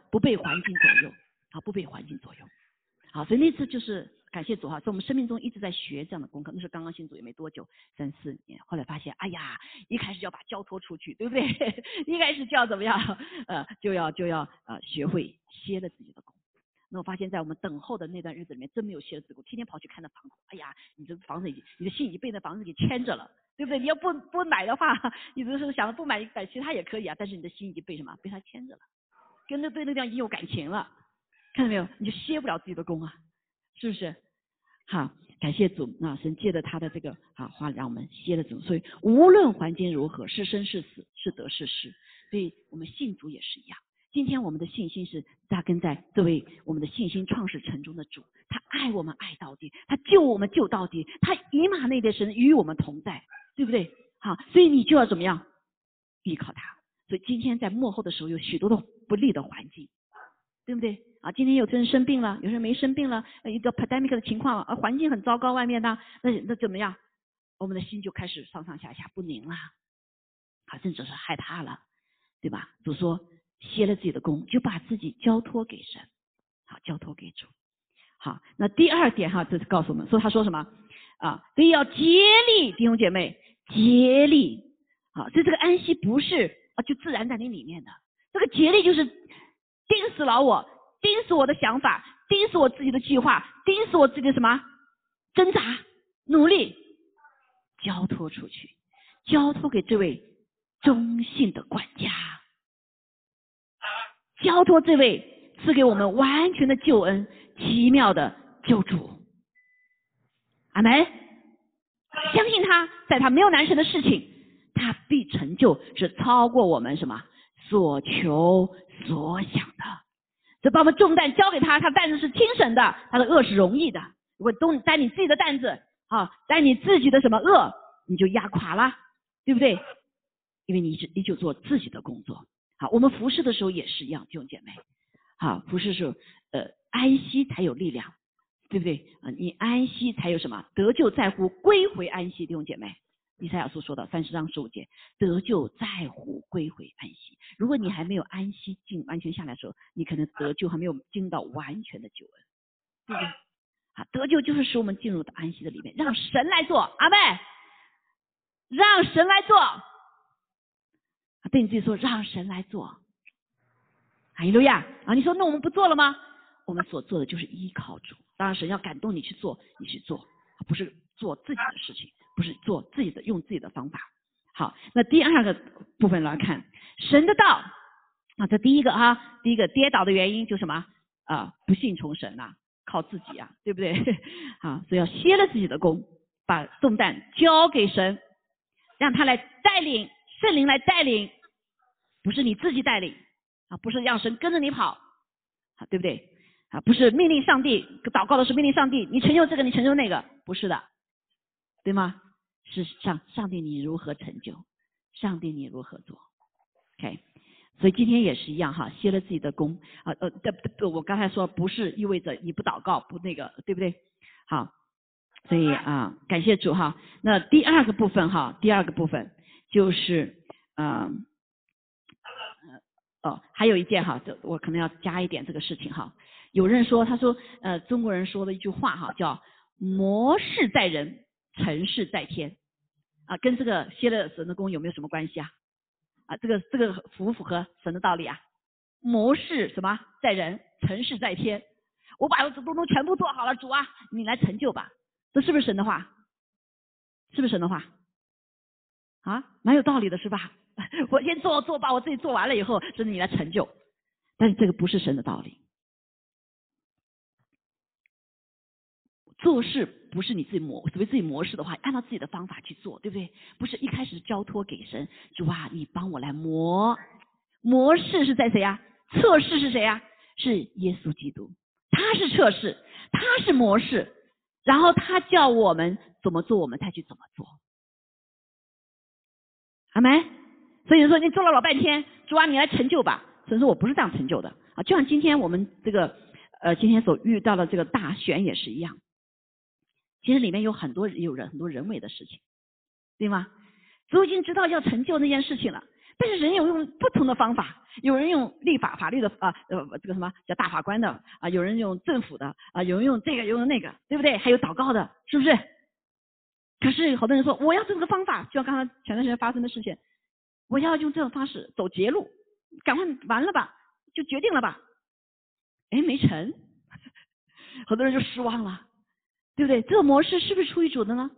不被环境左右，不被环境左右。所以那次就是感谢主在我们生命中一直在学这样的功课。那是刚刚信主也没多久，3、4年，后来发现，哎呀，一开始就要把交托出去，对不对？一开始就要怎么样？就要学会歇了自己的功。那我发现在我们等候的那段日子里面，真没有歇了自己的功，天天跑去看那房子，哎呀，你这房子你的心已经被那房子给牵着了，对不对？你要不买的话，你只是想不买其他也可以啊，但是你的心已经被什么？被他牵着了，对那地方已经有感情了。看到没有？你就歇不了自己的功啊，是不是？好，感谢主神借着他的这个话让我们歇了主。所以无论环境如何，是生是死，是得是失，所以我们信主也是一样。今天我们的信心是扎根在这位我们的信心创始成终的主，他爱我们爱到底，他救我们救到底，他以马内利的神与我们同在，对不对？好，所以你就要怎么样依靠他。所以今天在末后的时候有许多的不利的环境，对不对？今天有人生病了，有人没生病了，一个 pandemic 的情况，环境很糟糕，外面呢，那怎么样？我们的心就开始上上下下不宁了，甚至是害怕了，对吧？主说歇了自己的功，就把自己交托给神，交托给主。好，那第二点这是告诉我们说，他说什么所以要竭力，弟兄姐妹，竭力所以这个安息不是就自然在你里面的，这个竭力就是盯死了我，盯死我的想法，盯死我自己的计划，盯死我自己的什么挣扎努力，交托出去，交托给这位忠信的管家，交托这位赐给我们完全的救恩，奇妙的救主。阿们，相信他，在他没有难成的事情，他必成就，是超过我们什么所求所想的。就把我们重担交给他，他的担子是轻省的，他的恶是容易的。如果都担你自己的担子担你自己的什么恶，你就压垮了，对不对？因为你就做自己的工作。好，我们服侍的时候也是一样，弟兄姐妹。好，服侍的时候安息才有力量，对不对？你安息才有什么得救在乎归回安息，弟兄姐妹。以赛亚书说的30章15节，得救在乎归回安息。如果你还没有安息完全下来的时候，你可能得救还没有进到完全的救恩，对不对？得救就是使我们进入到安息的里面，让神来做，阿们，让神来做。对你自己说，让神来做。哈利路亚你说那我们不做了吗？我们所做的就是依靠主，当然神要感动你去做，你去做，不是做自己的事情，不是做自己的用自己的方法。好，那第二个部分来看神的道这第一个跌倒的原因就什么不信从神靠自己对不对？所以要歇了自己的功，把重担交给神，让他来带领，圣灵来带领，不是你自己带领不是让神跟着你跑对不对？不是命令上帝，祷告的是命令上帝，你成就这个，你成就那个，不是的，对吗？是上帝你如何成就，上帝你如何做 OK。 所以今天也是一样歇了自己的功我刚才说不是意味着你不祷告不那个，对不对？好，所以感谢主那第二个部分就是还有一件我可能要加一点这个事情有人说，他说中国人说的一句话叫谋事在人，成事在天跟这个歇了神的功有没有什么关系这个符不符合神的道理谋事什么在人，成事在天。我把这东西全部做好了，主你来成就吧。这是不是神的话？是不是神的话蛮有道理的是吧？我先做把我自己做完了以后，是你来成就。但是这个不是神的道理。做事不是你自己所谓自己模式的话，按照自己的方法去做，对不对？不是一开始交托给神，主你帮我来模试是在谁测试是谁是耶稣基督，他是测试，他是模式，然后他叫我们怎么做，我们才去怎么做。阿们。所以说你做了老半天，主你来成就吧。所以说我不是这样成就的就像今天我们这个今天所遇到的这个大选也是一样，其实里面有很多人为的事情，对吗？主已经知道要成就那件事情了， 但是人有用不同的方法，有人用立法法律的这个什么叫大法官的啊，有人用政府的啊，有人用这个，有人用那个，对不对？还有祷告的，是不是？可是好多人说我要这个方法，就像刚才前段时间发生的事情，我要用这种方式走捷路，赶快完了吧，就决定了吧，哎，没成，很多人就失望了，对不对？这个模式是不是出于主的呢？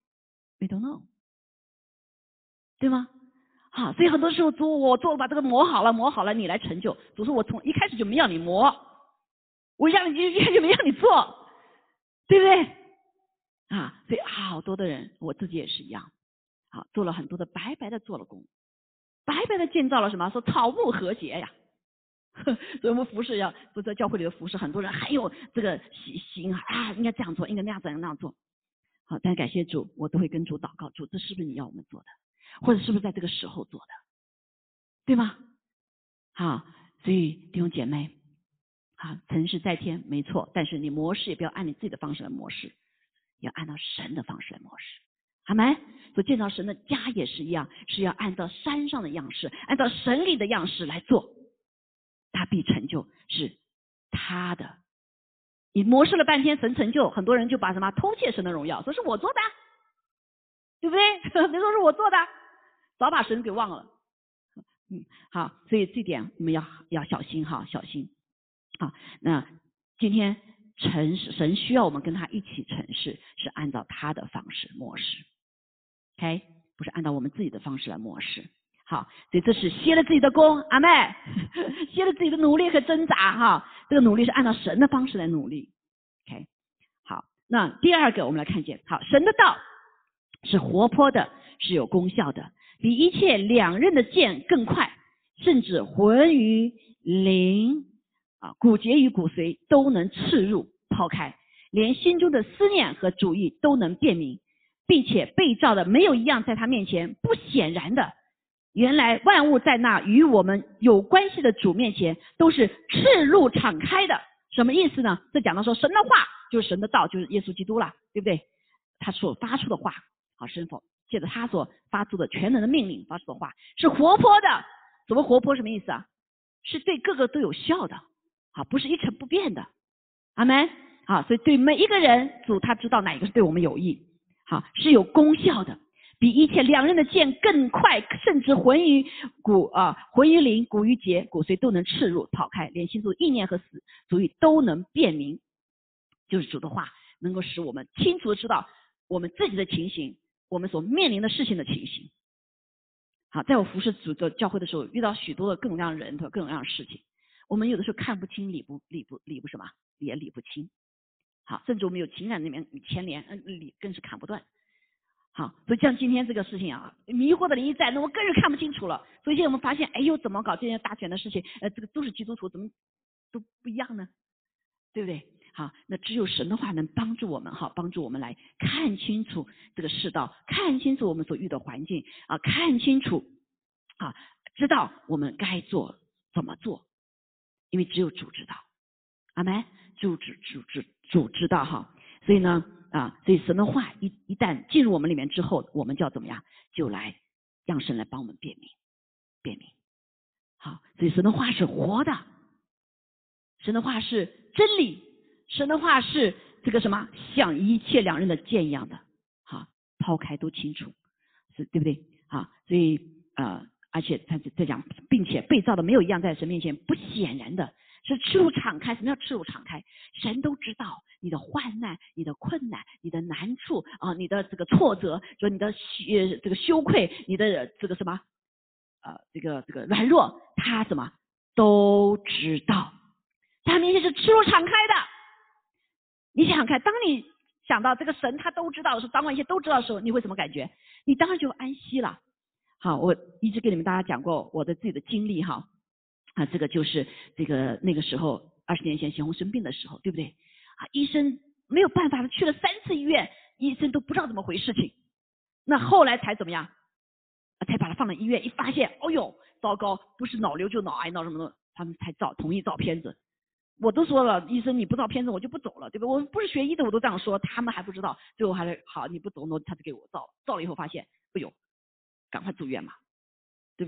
We don't know， 对吗？好，所以很多时候主，我做把这个磨好了，你来成就。主说我从一开始就没要你磨，我让你一开始就没让你做，对不对？啊，所以好多的人，我自己也是一样，好，做了很多的白白的做了工，白白的建造了什么？说草木和谐呀。所以我们服侍要不在教会里的服侍，很多人很有这个心啊，应该这样做，应该那样做。好，但感谢主，我都会跟主祷告，主，这是不是你要我们做的，或者是不是在这个时候做的，对吗？好，所以弟兄姐妹，好，成事在天没错，但是你模式也不要按你自己的方式来模式，要按照神的方式来模式。阿们。所以建造神的家也是一样，是要按照山上的样式，按照神里的样式来做，他必成就，是他的。你模式了半天，神成就，很多人就把什么偷窃神的荣耀，说是我做的，对不对？别说是我做的，早把神给忘了。好，所以这点我们要小心哈，小心。好，那今天神需要我们跟他一起成事，是按照他的方式模式 ，OK， 不是按照我们自己的方式来模式。好，所以这是歇了自己的功，阿妹，歇了自己的努力和挣扎哈，这个努力是按照神的方式来努力。OK， 好，那第二个我们来看见，好，神的道是活泼的，是有功效的，比一切两刃的剑更快，甚至魂与灵骨节与骨髓都能刺入抛开，连心中的思念和主意都能辨明，并且被造的没有一样在他面前不显然的。原来万物在那与我们有关系的主面前都是赤露敞开的。什么意思呢？这讲到说神的话就是神的道，就是耶稣基督了，对不对？他所发出的话，好，神否借着他所发出的全能的命令发出的话是活泼的。怎么活泼？什么意思啊？是对个个都有效的，好，不是一成不变的。阿们。好，所以对每一个人，主他知道哪一个是对我们有益，好，是有功效的，比一切两刃的剑更快，甚至魂与灵、骨与节、骨髓都能刺入抛开，连心中意念和死主意都能辨明。就是主的话能够使我们清楚的知道我们自己的情形，我们所面临的事情的情形。好，在我服侍主的教会的时候，遇到许多的各种各样的人和各种各样的事情，我们有的时候看不清，理不什么，也理不清。好，甚至我们有情感里面牵连，理更是砍不断。好，所以像今天这个事情啊，迷惑的灵一在，那我更是看不清楚了。所以现在我们发现，哎呦，怎么搞这些大权的事情？这个都是基督徒，怎么都不一样呢？对不对？好，那只有神的话能帮助我们，好，帮助我们来看清楚这个世道，看清楚我们所遇的环境啊，看清楚啊，知道我们该做怎么做，因为只有主知道，阿们，主知道哈。所以呢所以神的话一旦进入我们里面之后，我们就要怎么样？就来让神来帮我们辨明。好，所以神的话是活的，神的话是真理，神的话是这个什么，像一切两刃的剑一样的，好，抛开都清楚，是对不对？好，所以而且他在讲，并且被造的没有一样在神面前不显然的，是赤露敞开。什么叫赤露敞开？神都知道你的患难、你的困难、你的难处啊，你的这个挫折，就你的这个羞愧，你的这个什么这个软弱，他什么都知道。他面前是赤露敞开的。你想想看，当你想到这个神他都知道的时候，掌管一切都知道的时候，你会什么感觉？你当然就安息了。好，我一直跟你们大家讲过我的自己的经历哈，这个就是这个那个时候20年前贤红生病的时候，对不对？医生没有办法，他去了3次医院，医生都不知道怎么回事情。那后来才怎么样？才把他放到医院，一发现，哦呦，糟糕，不是脑瘤就脑癌，闹什么的，他们才同意照片子。我都说了，医生你不照片子我就不走了，对吧？我不是学医的，我都这样说，他们还不知道，最后还是好，你不走呢，他就给我照了以后发现，哎呦，赶快住院嘛，对不对？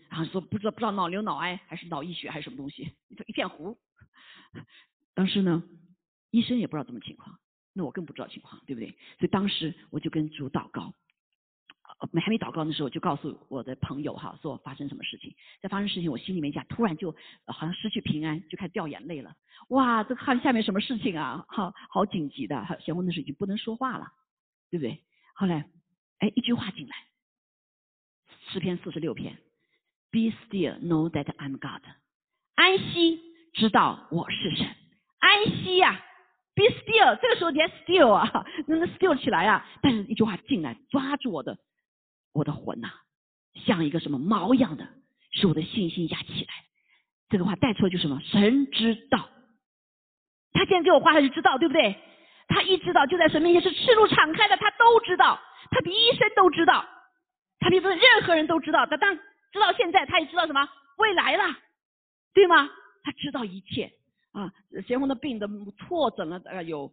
然后说不知道脑瘤、脑癌还是脑溢血还是什么东西，一片糊。当时呢，医生也不知道什么情况，那我更不知道情况，对不对？所以当时我就跟主祷告。还没祷告的时候，就告诉我的朋友哈，说发生什么事情。在发生事情，我心里面讲，突然就好像失去平安，就开始掉眼泪了。哇，这看下面什么事情啊？好紧急的。贤红那时候已经不能说话了，对不对？后来，一句话进来，诗篇46篇 ，Be still, know that I'm God。安息，知道我是神。安息呀，Be still。这个时候你还 still 啊，那 still 起来啊。但是一句话进来，抓住我的魂呐，像一个什么锚一样的，使我的信心压起来。这个话带出来就是什么？神知道。他既然给我话，他就知道，对不对？他一知道，就在神面前是赤露敞开的，他都知道，他比医生都知道，他比任何人都知道。他当知道现在，他也知道什么未来了，对吗？他知道一切啊。贤红的病的错诊了有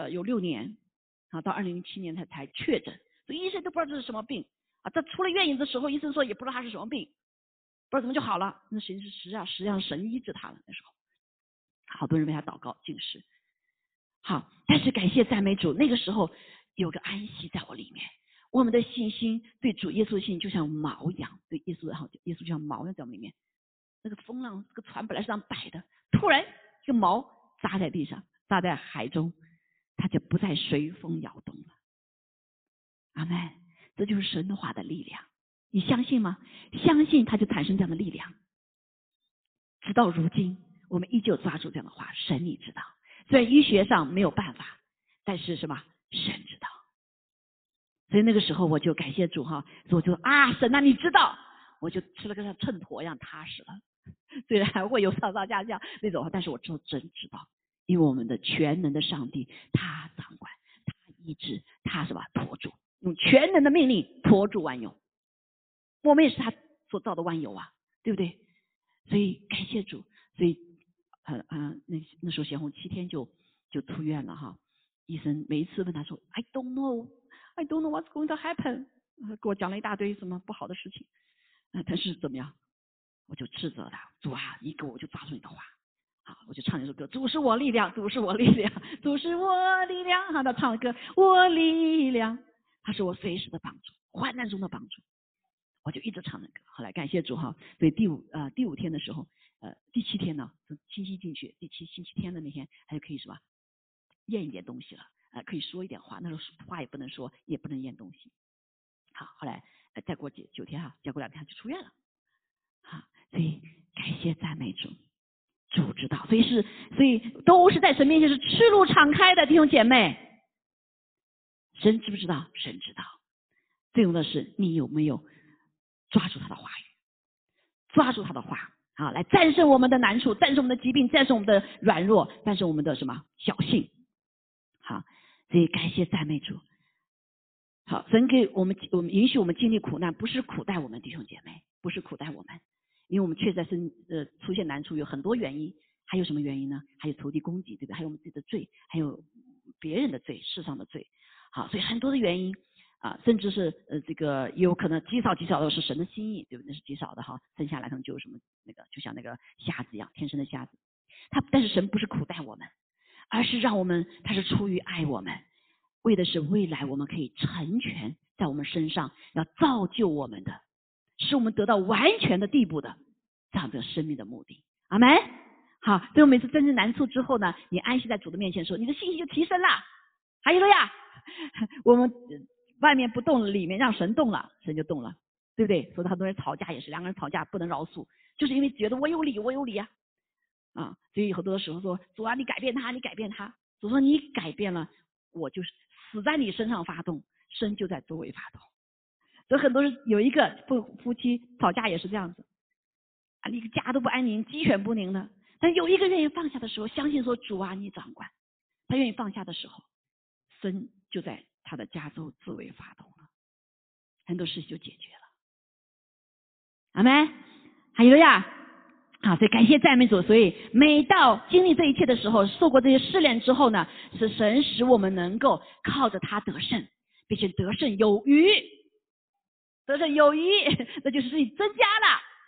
6年啊，到2007年才确诊，所以医生都不知道这是什么病啊。他出了院影的时候，医生说也不知道他是什么病，不知道怎么就好了。那实际上神医治他了。那时候好多人为他祷告进食。好，但是感谢赞美主，那个时候有个安息在我里面。我们的信心对主耶稣的信心就像锚一样，对耶稣就像锚一样在我们里面。那个风浪，这个船本来是这样摆的，突然这个锚扎在地上，扎在海中，它就不再随风摇动了。阿们，这就是神的话的力量，你相信吗？相信它就产生这样的力量。直到如今，我们依旧抓住这样的话，神你知道。虽然医学上没有办法，但是什么？神知道。所以那个时候我就感谢主哈，所以我就神啊，你知道，我就吃了个像秤砣一样踏实了。虽然还会有上下那种，但是我真知道，因为我们的全能的上帝他掌管，他医治，他什么托住，用全能的命令托住万有。我们也是他所造的万有啊，对不对？所以感谢主。所以那时候贤红7天就出院了哈。医生每一次问他说 I don't know what's going to happen， 给我讲了一大堆什么不好的事情。但是怎么样，我就斥责他，主啊，一个我就抓住你的话。好，我就唱一首歌，主是我力量，主是我力量，主是我力量。好，他唱了歌，我力量，他是我随时的帮助，患难中的帮助。我就一直唱那歌。后来感谢主哈，所以第五天的时候，第7天呢，星期进去，星期天的那天，他就可以什么咽一点东西了，可以说一点话。那时候话也不能说，也不能咽东西。好，后来再过9天哈，再过2天他就出院了。好，所以感谢赞美主，主知道，所以都是在神面前是赤露敞开的，弟兄姐妹。神知不知道？神知道。最重要的是你有没有抓住他的话语，抓住他的话啊，来战胜我们的难处，战胜我们的疾病，战胜我们的软弱，战胜我们的什么小性。好，所以感谢赞美主。好，神给我们允许我们经历苦难，不是苦待我们弟兄姐妹，不是苦待我们，因为我们确实是出现难处有很多原因。还有什么原因呢？还有仇敌攻击，对不对？还有我们自己的罪，还有别人的罪，世上的罪。好，所以很多的原因啊，甚至是这个也有可能极少的是神的心意，对不对？那是极少的哈，生下来可能就有什么就像那个瞎子一样，天生的瞎子。但是神不是苦待我们，而是让我们，他是出于爱我们，为的是未来我们可以成全在我们身上，要造就我们的，使我们得到完全的地步的这样的生命的目的。阿们。好，所以我每次真正难处之后呢，你安息在主的面前的时候，你的信心就提升了。哈利路亚！我们外面不动，里面让神动了，神就动了，对不对？所以很多人吵架也是，两个人吵架不能饶恕，就是因为觉得我有理啊。所以很多的时候说，主啊，你改变他，你改变他。主说你改变了，我就是死在你身上发动，生就在周围发动。所以很多人有一个夫妻吵架也是这样子啊，一个家都不安宁，鸡犬不宁的。但有一个愿意放下的时候，相信说主啊，你掌管，他愿意放下的时候，生就在他的家中自为发动了，很多事情就解决了。阿们，哈利路亚！好，所以感谢赞美主。所以每到经历这一切的时候，受过这些试炼之后呢，是神使我们能够靠着他得胜，并且得胜有余，那就是自己增加了。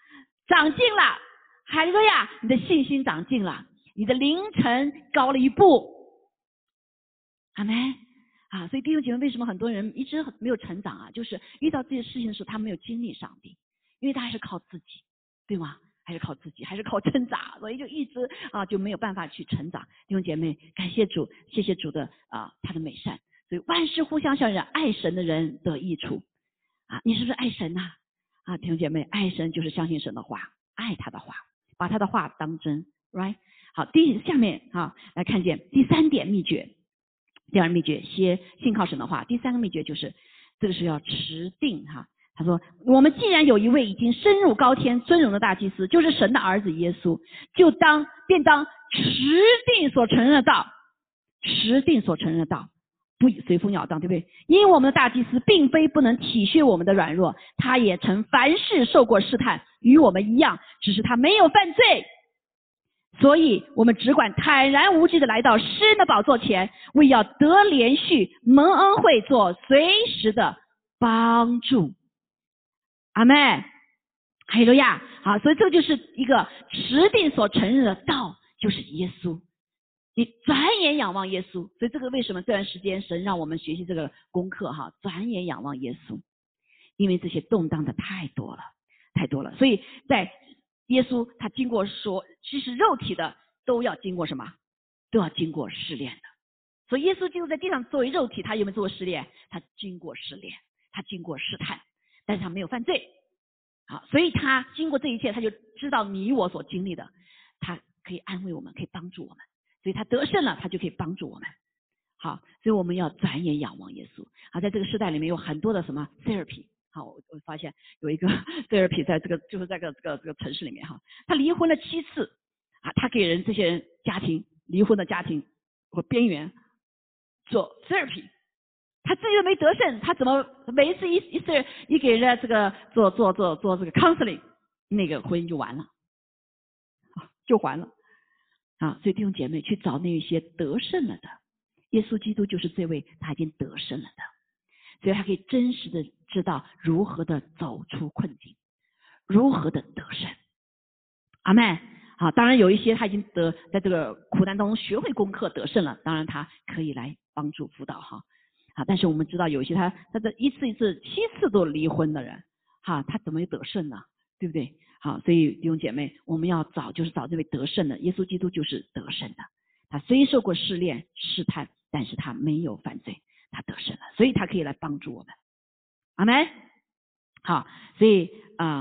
长进了，哈利路亚，你的信心长进了，你的灵程高了一步。阿们。所以弟兄姐妹，为什么很多人一直没有成长啊？就是遇到这些事情的时候，他没有经历上帝，因为他还是靠自己，对吗？还是靠自己，还是靠挣扎，所以就一直就没有办法去成长。弟兄姐妹，感谢主，谢谢主的他的美善。所以万事互相相让爱神的人得益处。你是不是爱神呐？弟兄姐妹，爱神就是相信神的话，爱他的话，把他的话当真 ，right？ 好，下面来看见第三点秘诀。第二秘诀，信靠神的话。第三个秘诀就是这个是要持定他说，我们既然有一位已经升入高天尊荣的大祭司，就是神的儿子耶稣，便当持定所承认的道，持定所承认的道，不随风摇荡，对不对？因为我们的大祭司并非不能体恤我们的软弱，他也曾凡事受过试探，与我们一样，只是他没有犯罪。所以我们只管坦然无惧的来到施恩的宝座前，为要得连续蒙恩惠，做随时的帮助。阿们，哈利路亚。好，所以这就是一个持定所承认的道，就是耶稣。你转眼仰望耶稣，所以这个为什么这段时间神让我们学习这个功课转眼仰望耶稣，因为这些动荡的太多了，太多了。所以在耶稣他经过说，其实肉体的都要经过什么？都要经过试炼的。所以耶稣基督在地上作为肉体，他有没有做过试炼？他经过试炼，他经过试探，但是他没有犯罪。好，所以他经过这一切，他就知道你我所经历的，他可以安慰我们，可以帮助我们。所以他得胜了，他就可以帮助我们。好，所以我们要转眼仰望耶稣。好，在这个时代里面有很多的什么 therapy。好，我发现有一个 therapy 在这个就是在这个城市里面他离婚了7次他给人这些人家庭离婚的家庭或边缘做 therapy， 他自己都没得胜，他怎么每一次一给人家这个做这个 counseling， 那个婚姻就完了，就完了所以弟兄姐妹去找那些得胜了的，耶稣基督就是这位他已经得胜了的。所以他可以真实的知道如何的走出困境，如何的得胜。阿们。好，当然有一些他已经在这个苦难当中学会功课得胜了，当然他可以来帮助辅导但是我们知道有一些他这一次7次都离婚的人他怎么得胜呢？对不对？好，所以弟兄姐妹，我们要找这位得胜的，耶稣基督就是得胜的。他虽受过试炼试探，但是他没有犯罪，他得胜了，所以他可以来帮助我们。阿们。好，所以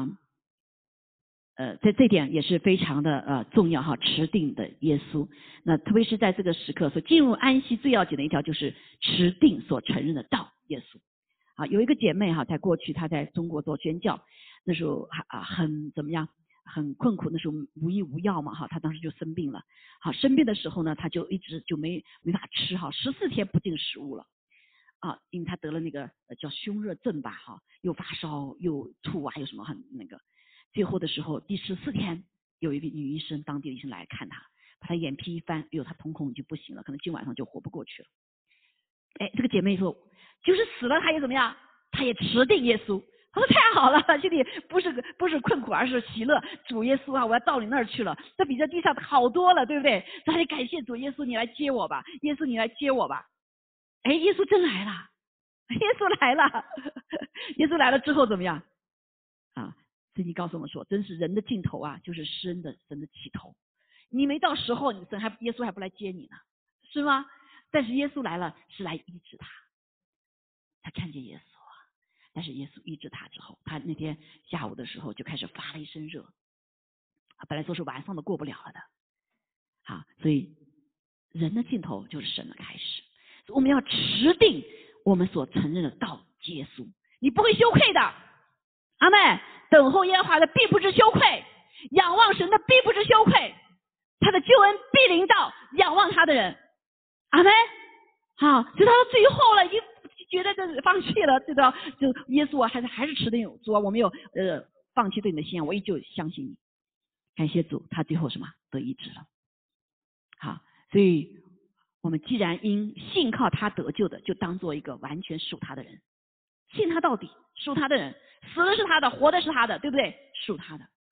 在这点也是非常的重要持定的耶稣。那特别是在这个时刻，所进入安息最要紧的一条就是持定所承认的道，耶稣。有一个姐妹在过去她在中国做宣教，那时候很怎么样，很困苦，那时候无医无药嘛她当时就生病了。生病的时候呢，她就一直就没法吃14天不进食物了因为她得了那个叫胸热症吧又发烧又吐又什么很那个。最后的时候第14天，有一个女医生，当地的医生来看她，把她眼皮一翻，她瞳孔就不行了，可能今晚上就活不过去了。这个姐妹说，就是死了她也怎么样，她也持定耶稣。她说太好了，这里不是困苦，而是喜乐。主耶稣我要到你那儿去了，这比这地上好多了，对不对？她就感谢主耶稣，你来接我吧，耶稣你来接我吧。耶稣真来了，耶稣来了，耶稣来了之后怎么样圣经告诉我们说，真是人的尽头就是施恩的神的起头。你没到时候，耶稣还不来接你呢，是吗？但是耶稣来了，是来医治他看见耶稣但是耶稣医治他之后，他那天下午的时候就开始发了一身热本来说是晚上都过不了了的所以人的尽头就是神的开始。我们要持定我们所承认的道，耶稣，你不会羞愧的。阿们。等候耶和华的必不知羞愧，仰望神的必不知羞愧，他的救恩必临到仰望他的人。阿们。好，直到最后了，已经觉得这放弃了，知道就耶稣还是持定主我没有放弃对你的信仰，我依旧相信你。感谢主，他最后什么得医治了。好，所以我们既然因信靠他得救的，就当做一个完全属他的人，信他到底，属他的人，死的是他的，活的是他的，对不对？属他的。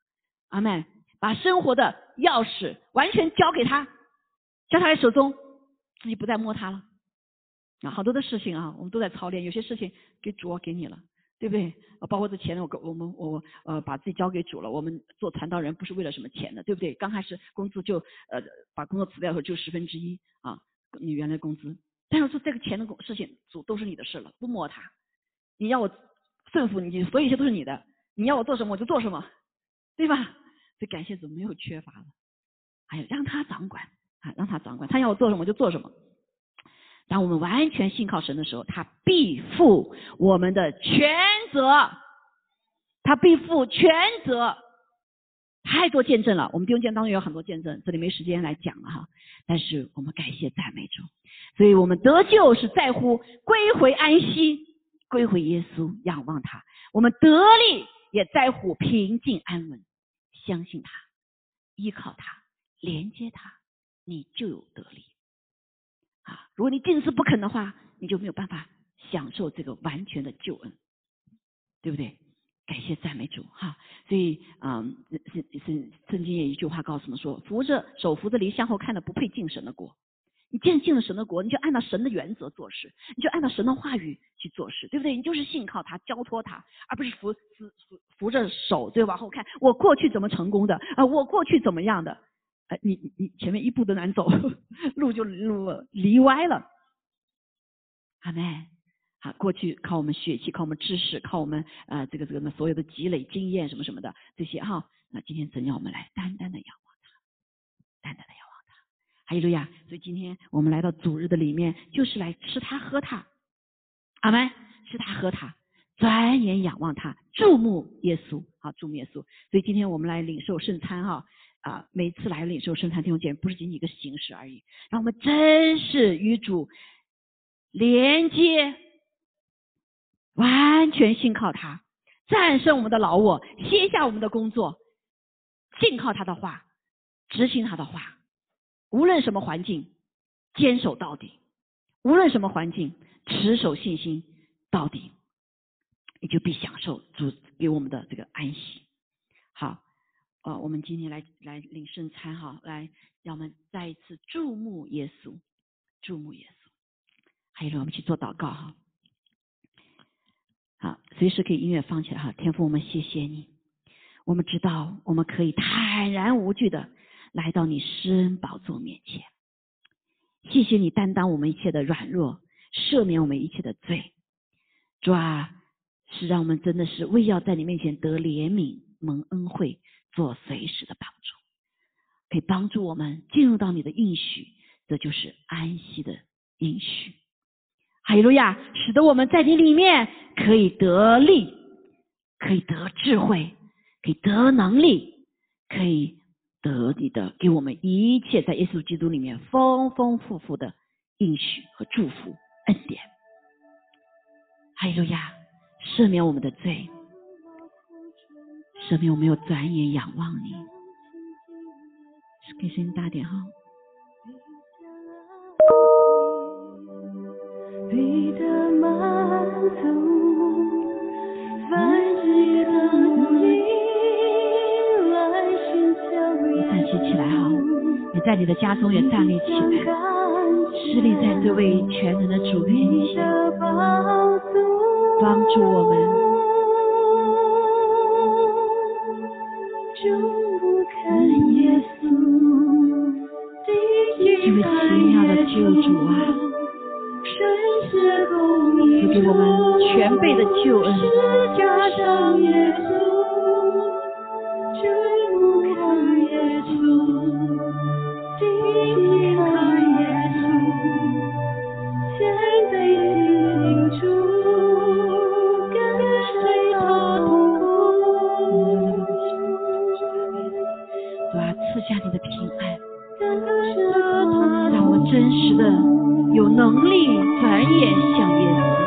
阿们，把生活的钥匙完全交给他，交他的手中，自己不再摸他了。好多的事情我们都在操练，有些事情给主给你了，对不对？包括这钱我把自己交给主了。我们做传道人不是为了什么钱的，对不对？刚开始工资就把工作辞掉的时候就1/10你原来工资，但是说这个钱的事情主都是你的事了，不摸他。你要我顺服你，所有一切都是你的，你要我做什么我就做什么，对吧？所以感谢主没有缺乏了，让他掌管让他掌管，他要我做什么我就做什么。当我们完全信靠神的时候，他必负我们的全责，他必负全责。太多见证了，我们弟兄姐妹当中有很多见证，这里没时间来讲了但是我们感谢赞美主，所以我们得救是在乎归回安息，归回耶稣，仰望他。我们得力也在乎平静安稳，相信他，依靠他，连接他，你就有得力。如果你定死不肯的话，你就没有办法享受这个完全的救恩，对不对？感谢赞美主所以圣经也一句话告诉我们说，手扶着犁向后看的不配进神的国。你既然进了神的国，你就按照神的原则做事，你就按照神的话语去做事，对不对？你就是信靠他，交托他，而不是扶着手对往后看，我过去怎么成功的我过去怎么样的你前面一步都难走，路就离歪了。阿们。过去靠我们血气，靠我们知识，靠我们这个所有的积累经验什么什么的这些那今天神要我们来单单的仰望他，单单的仰望他。哈利路亚！所以今天我们来到主日的里面，就是来吃他喝他，阿们，吃他喝他，转眼仰望他，注目耶稣注目耶稣。所以今天我们来领受圣餐每次来领受圣餐弟兄姐妹不是仅仅一个形式而已，让我们真是与主连接，完全信靠他，战胜我们的老我，卸下我们的工作，信靠他的话，执行他的话，无论什么环境坚守到底，无论什么环境持守信心到底，你就必享受主给我们的这个安息。好我们今天来领圣餐来让我们再一次注目耶稣，注目耶稣。还有让我们去做祷告随时可以音乐放起来天父，我们谢谢你，我们知道我们可以坦然无惧的来到你施恩宝座面前，谢谢你担当我们一切的软弱，赦免我们一切的罪。主是让我们真的是为要在你面前得怜悯蒙恩惠，做随时的帮助，可以帮助我们进入到你的应许，这就是安息的应许。哈利路亚！使得我们在你里面可以得力，可以得智慧，可以得能力，可以得你的给我们一切在耶稣基督里面丰丰富富的应许和祝福恩典。哈利路亚！赦免我们的罪，赦免我们有转眼仰望你。可以声音大点你的满足，凡只的努力来寻求耶稣。 站起来也在你的家中也站立起来，侍立在这位全能的主面前，帮助我们。 看耶稣， 这位奇妙的救主赐给我们全备的救恩。 加上耶稣，看耶稣，看耶稣，谦卑信主，跟随他同步。 赐下你的平安，让我们真实的有能力转眼向耶稣，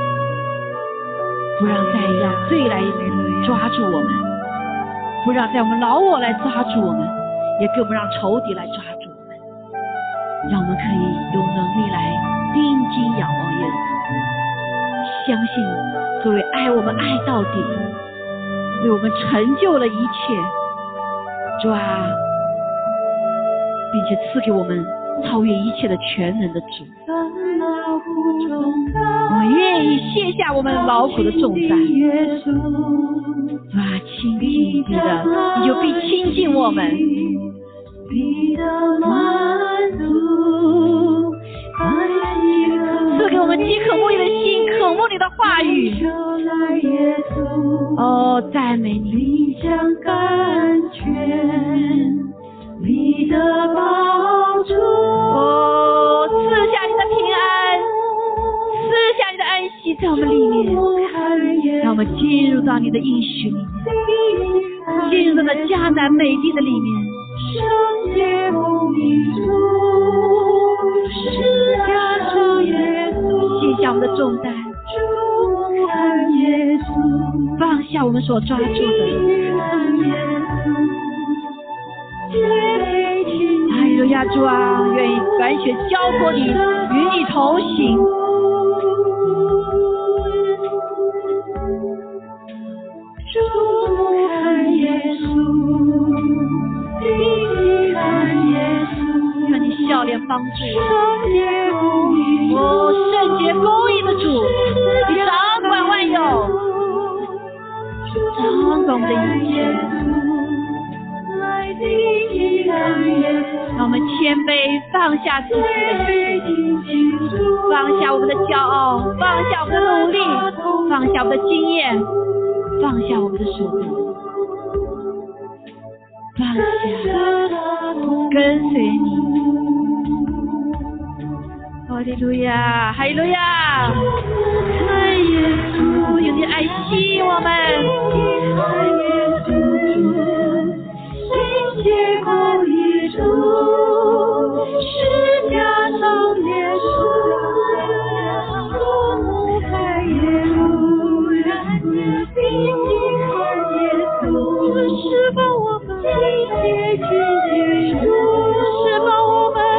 不让再让罪来抓住我们，不让在我们老我来抓住我们，也更不让仇敌来抓住我们，让我们可以有能力来定睛仰望耶稣，相信作为爱我们爱到底，为我们成就了一切， 主啊，并且赐给我们超越一切的全能的主。我们愿意卸下我们劳苦的重担。主啊，亲近你的，你就必亲近我们。赐给我们饥渴慕义的心，渴慕你的话语。哦，赞美你，你将甘泉，你的宝珠。哦，赐下你的平安，赐下你的安息在我们里面，让我们进入到你的应许里面，进入到那迦南美地的里面。圣洁公义主，释迦主耶稣，卸下我们的重担，主看耶稣，放下我们所抓住的。哎呦呀，主啊，愿意完全交托你，与你同行。主看耶稣。看你笑脸帮助我，哦，圣洁公义的主，你掌管万有，掌管我们的一切。让我们谦卑，放下自己的一切，放下我们的骄傲，放下我们的努力，放下我们的经验，放下我们的手段，放下，跟随你。哈利路亚，哈利路亚！爱耶稣，有你爱惜我们。圣洁公义主，释迦上耶稣，爱耶稣，释放我们，释放我们。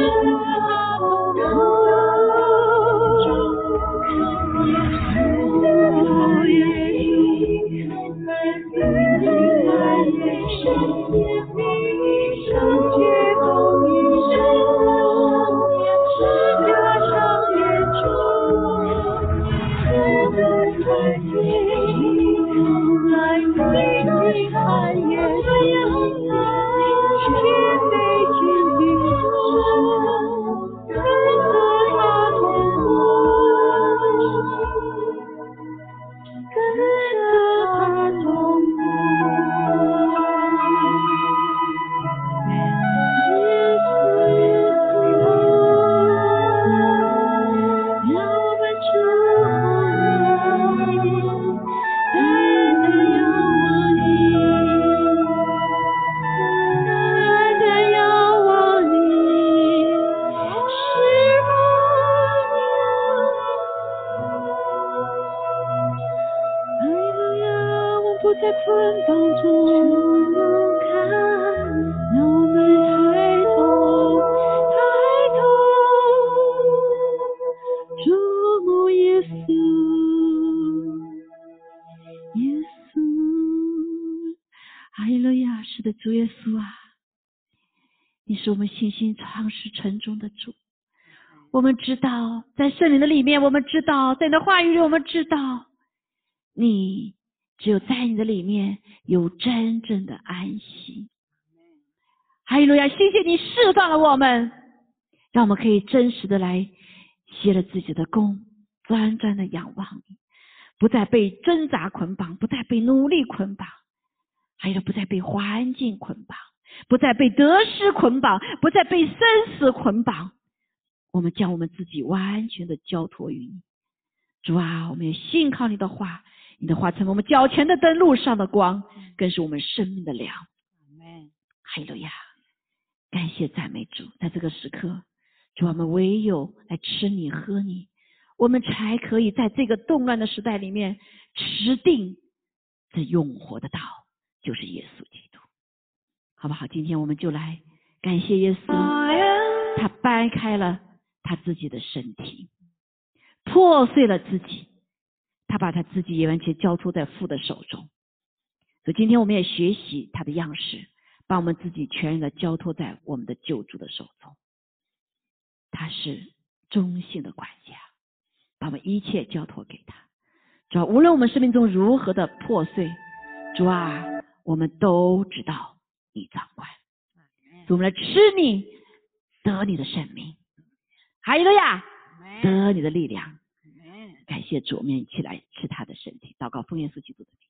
主耶稣啊，你是我们信心创始成终的主。我们知道在圣灵的里面，我们知道在你的话语里，我们知道你只有在你的里面有真正的安息。哈利路亚，谢谢你释放了我们，让我们可以真实的来歇了自己的功，专专的仰望你，不再被挣扎捆绑，不再被努力捆绑，还有不再被环境捆绑，不再被得失捆绑，不再被生死捆绑。我们将我们自己完全的交托于你。主啊，我们也信靠你的话，你的话成为我们脚前的灯，路上的光，更是我们生命的粮。哈利路亚，感谢赞美主。在这个时刻，主啊，我们唯有来吃你喝你，我们才可以在这个动乱的时代里面持定这永活的道，就是耶稣基督，好不好？今天我们就来感谢耶稣，他掰开了他自己的身体，破碎了自己，他把他自己也完全交托在父的手中。所以今天我们也学习他的样式， 把我们自己全然的交托在我们的救主的手中。他是忠心的管家，把我们一切交托给他。主啊，无论我们生命中如何的破碎，主啊，我们都知道你掌管。主，我们来吃你，得你的生命。哈利路亚，得你的力量。感谢主，我们一起来吃他的身体。祷告奉耶稣基督的名。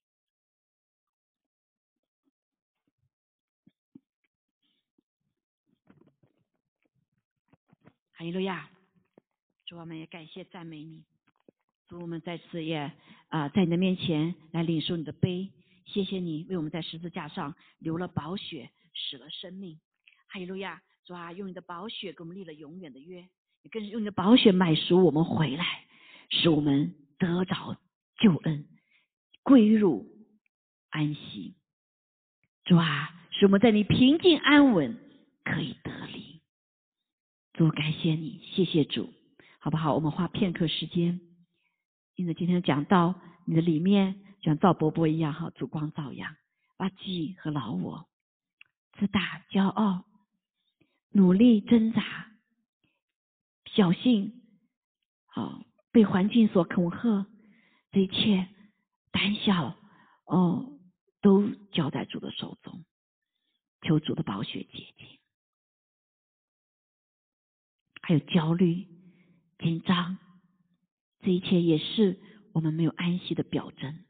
哈利路亚，主，我们也感谢赞美你。主，我们在此也在你的面前来领受你的杯。谢谢你为我们在十字架上流了宝血，使了生命。哈利路亚，主啊，用你的宝血给我们立了永远的约，也更是用你的宝血买赎我们回来，使我们得着救恩，归入安息。主啊，使我们在你平静安稳可以得力。主，感谢你，谢谢主，好不好？我们花片刻时间，因为今天讲到你的里面像赵伯伯一样，哈，主光照样，把己和老我自大骄傲，努力挣扎，侥幸，被环境所恐吓，这一切胆小，都交在主的手中，求主的宝血洁净。还有焦虑、紧张，这一切也是我们没有安息的表征。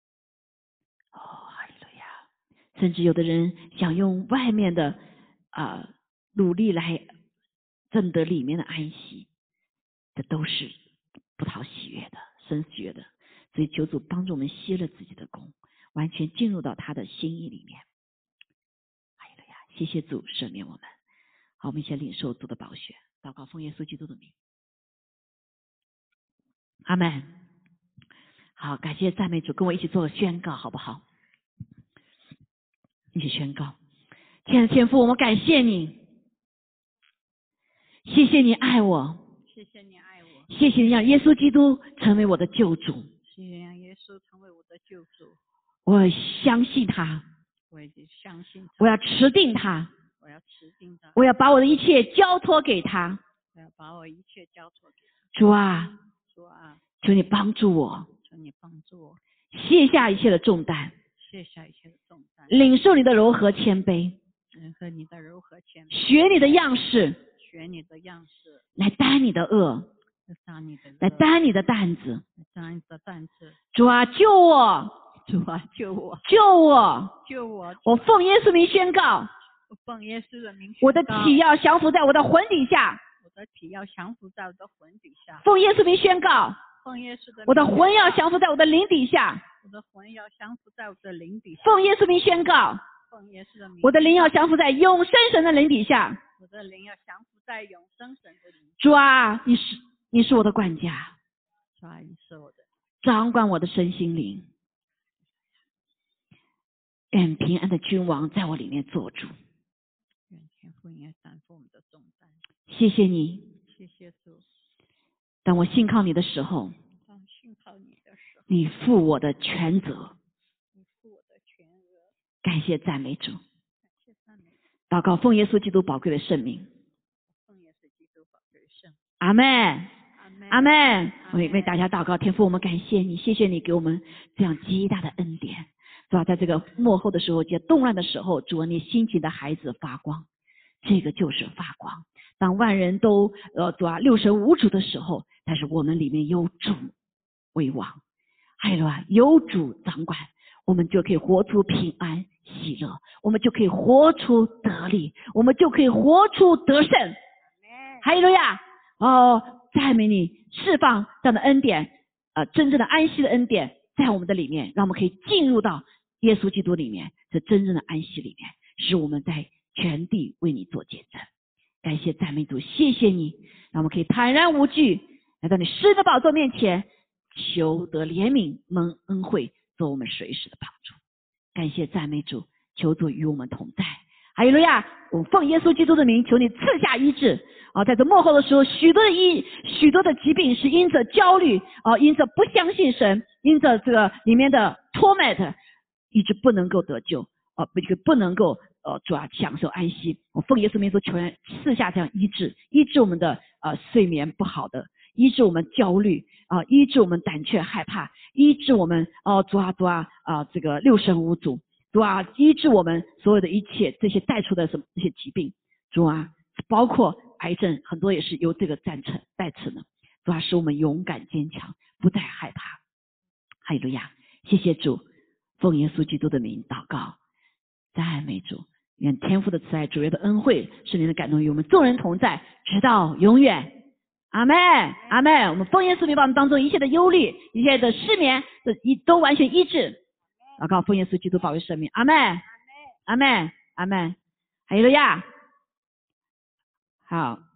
哈利路亚！甚至有的人想用外面的努力来挣得里面的安息，这都是不讨喜悦的、生喜悦的。所以求主帮助我们歇了自己的功，完全进入到他的心意里面。哈利路亚！谢谢主赦免我们。好，我们一起领受主的宝血，祷告奉耶稣基督的名。阿们。好，感谢赞美主，跟我一起做个宣告好不好？一起宣告。亲爱的天父，我们感谢你，谢谢你爱我， 谢谢你爱我， 谢谢你让耶稣基督成为我的救主， 谢谢让耶稣成为我的救主。 我相信他， 我已经相信他， 我要持定他， 我要持定他， 我要把我的一切交托给他。 我要把我一切交托给他。 主啊， 主啊， 求你帮助我， 求你帮助我卸下一切的重担， 卸下一切的重担， 领受你的柔和谦卑， 和你的柔和谦卑， 学你的样式， 学你的样式， 来担你的恶， 来担你的恶， 来担你的担子。 来担你的担子。 主啊，救我！ 主啊，救我！ 救我！ 救我！ 我奉耶稣名宣告， 我奉耶稣的名宣告， 我的体要降服在我的魂底下。 我的体要降服在我的魂底下。 奉耶稣名宣告， 奉耶稣的名， 我的魂要降服在我的灵底下。 我的魂要降服在我的灵底下。 奉耶稣名宣告， 奉耶稣的名， 我的灵要降服在永生神的灵底下。 我的灵要降服在永生神的灵。 主啊，你是我的管家， 主啊，你是我的掌管我的身心灵。愿平安的君王在我里面做主。 愿天父也担负我们的重担。 谢谢你， 谢谢主。 当我信靠你的时候， 当信靠你的时候， 你负我的全责。 你负我的全额。 感谢赞美主。 感谢赞美主。 祷告奉耶稣基督宝贵的圣名。 奉耶稣基督宝贵的圣名。 阿们。 阿们。 阿们。我为大家祷告，天父，我们感谢你，谢谢你给我们这样极大的恩典。主啊，在这个末后的时候，在动乱的时候，主啊，你兴起的孩子发光，这个就是发光。当万人都主啊六神无主的时候，但是我们里面有主为王，还有有主掌管，我们就可以活出平安喜乐，我们就可以活出得力，我们就可以活出得胜。哈利路亚！赞美你，释放这样的恩典，真正的安息的恩典在我们的里面，让我们可以进入到耶稣基督里面，这真正的安息里面，使我们在全地为你做见证。感谢赞美主，谢谢你，让我们可以坦然无惧来到你施恩的宝座面前，求得怜悯蒙恩惠，做我们随时的帮助。感谢赞美主，求主与我们同在。哈利路亚！我奉耶稣基督的名，求你赐下医治。在这末后的时候，许多的疾病是因着焦虑，因着不相信神，因着这个里面的 torment， 一直不能够得救，不能够主啊享受安息。我奉耶稣名说，求人赐下这样医治我们的睡眠不好的，医治我们焦虑医治我们胆怯害怕，医治我们主啊这个六神无主，主啊医治我们所有的一切这些带出的这些疾病，主啊包括癌症，很多也是由这个带成的。主啊使我们勇敢坚强，不再害怕。哈利路亚，谢谢主，奉耶稣基督的名祷告，赞美主。愿天父的慈爱、主耶稣的恩惠、圣灵的感动与我们众人同在，直到永远。阿们阿们。我们奉耶稣名把我们当中一切的忧虑、一切的失眠都完全医治。祷告奉耶稣基督宝贵生命。阿们阿们阿们。哈利路亚。好。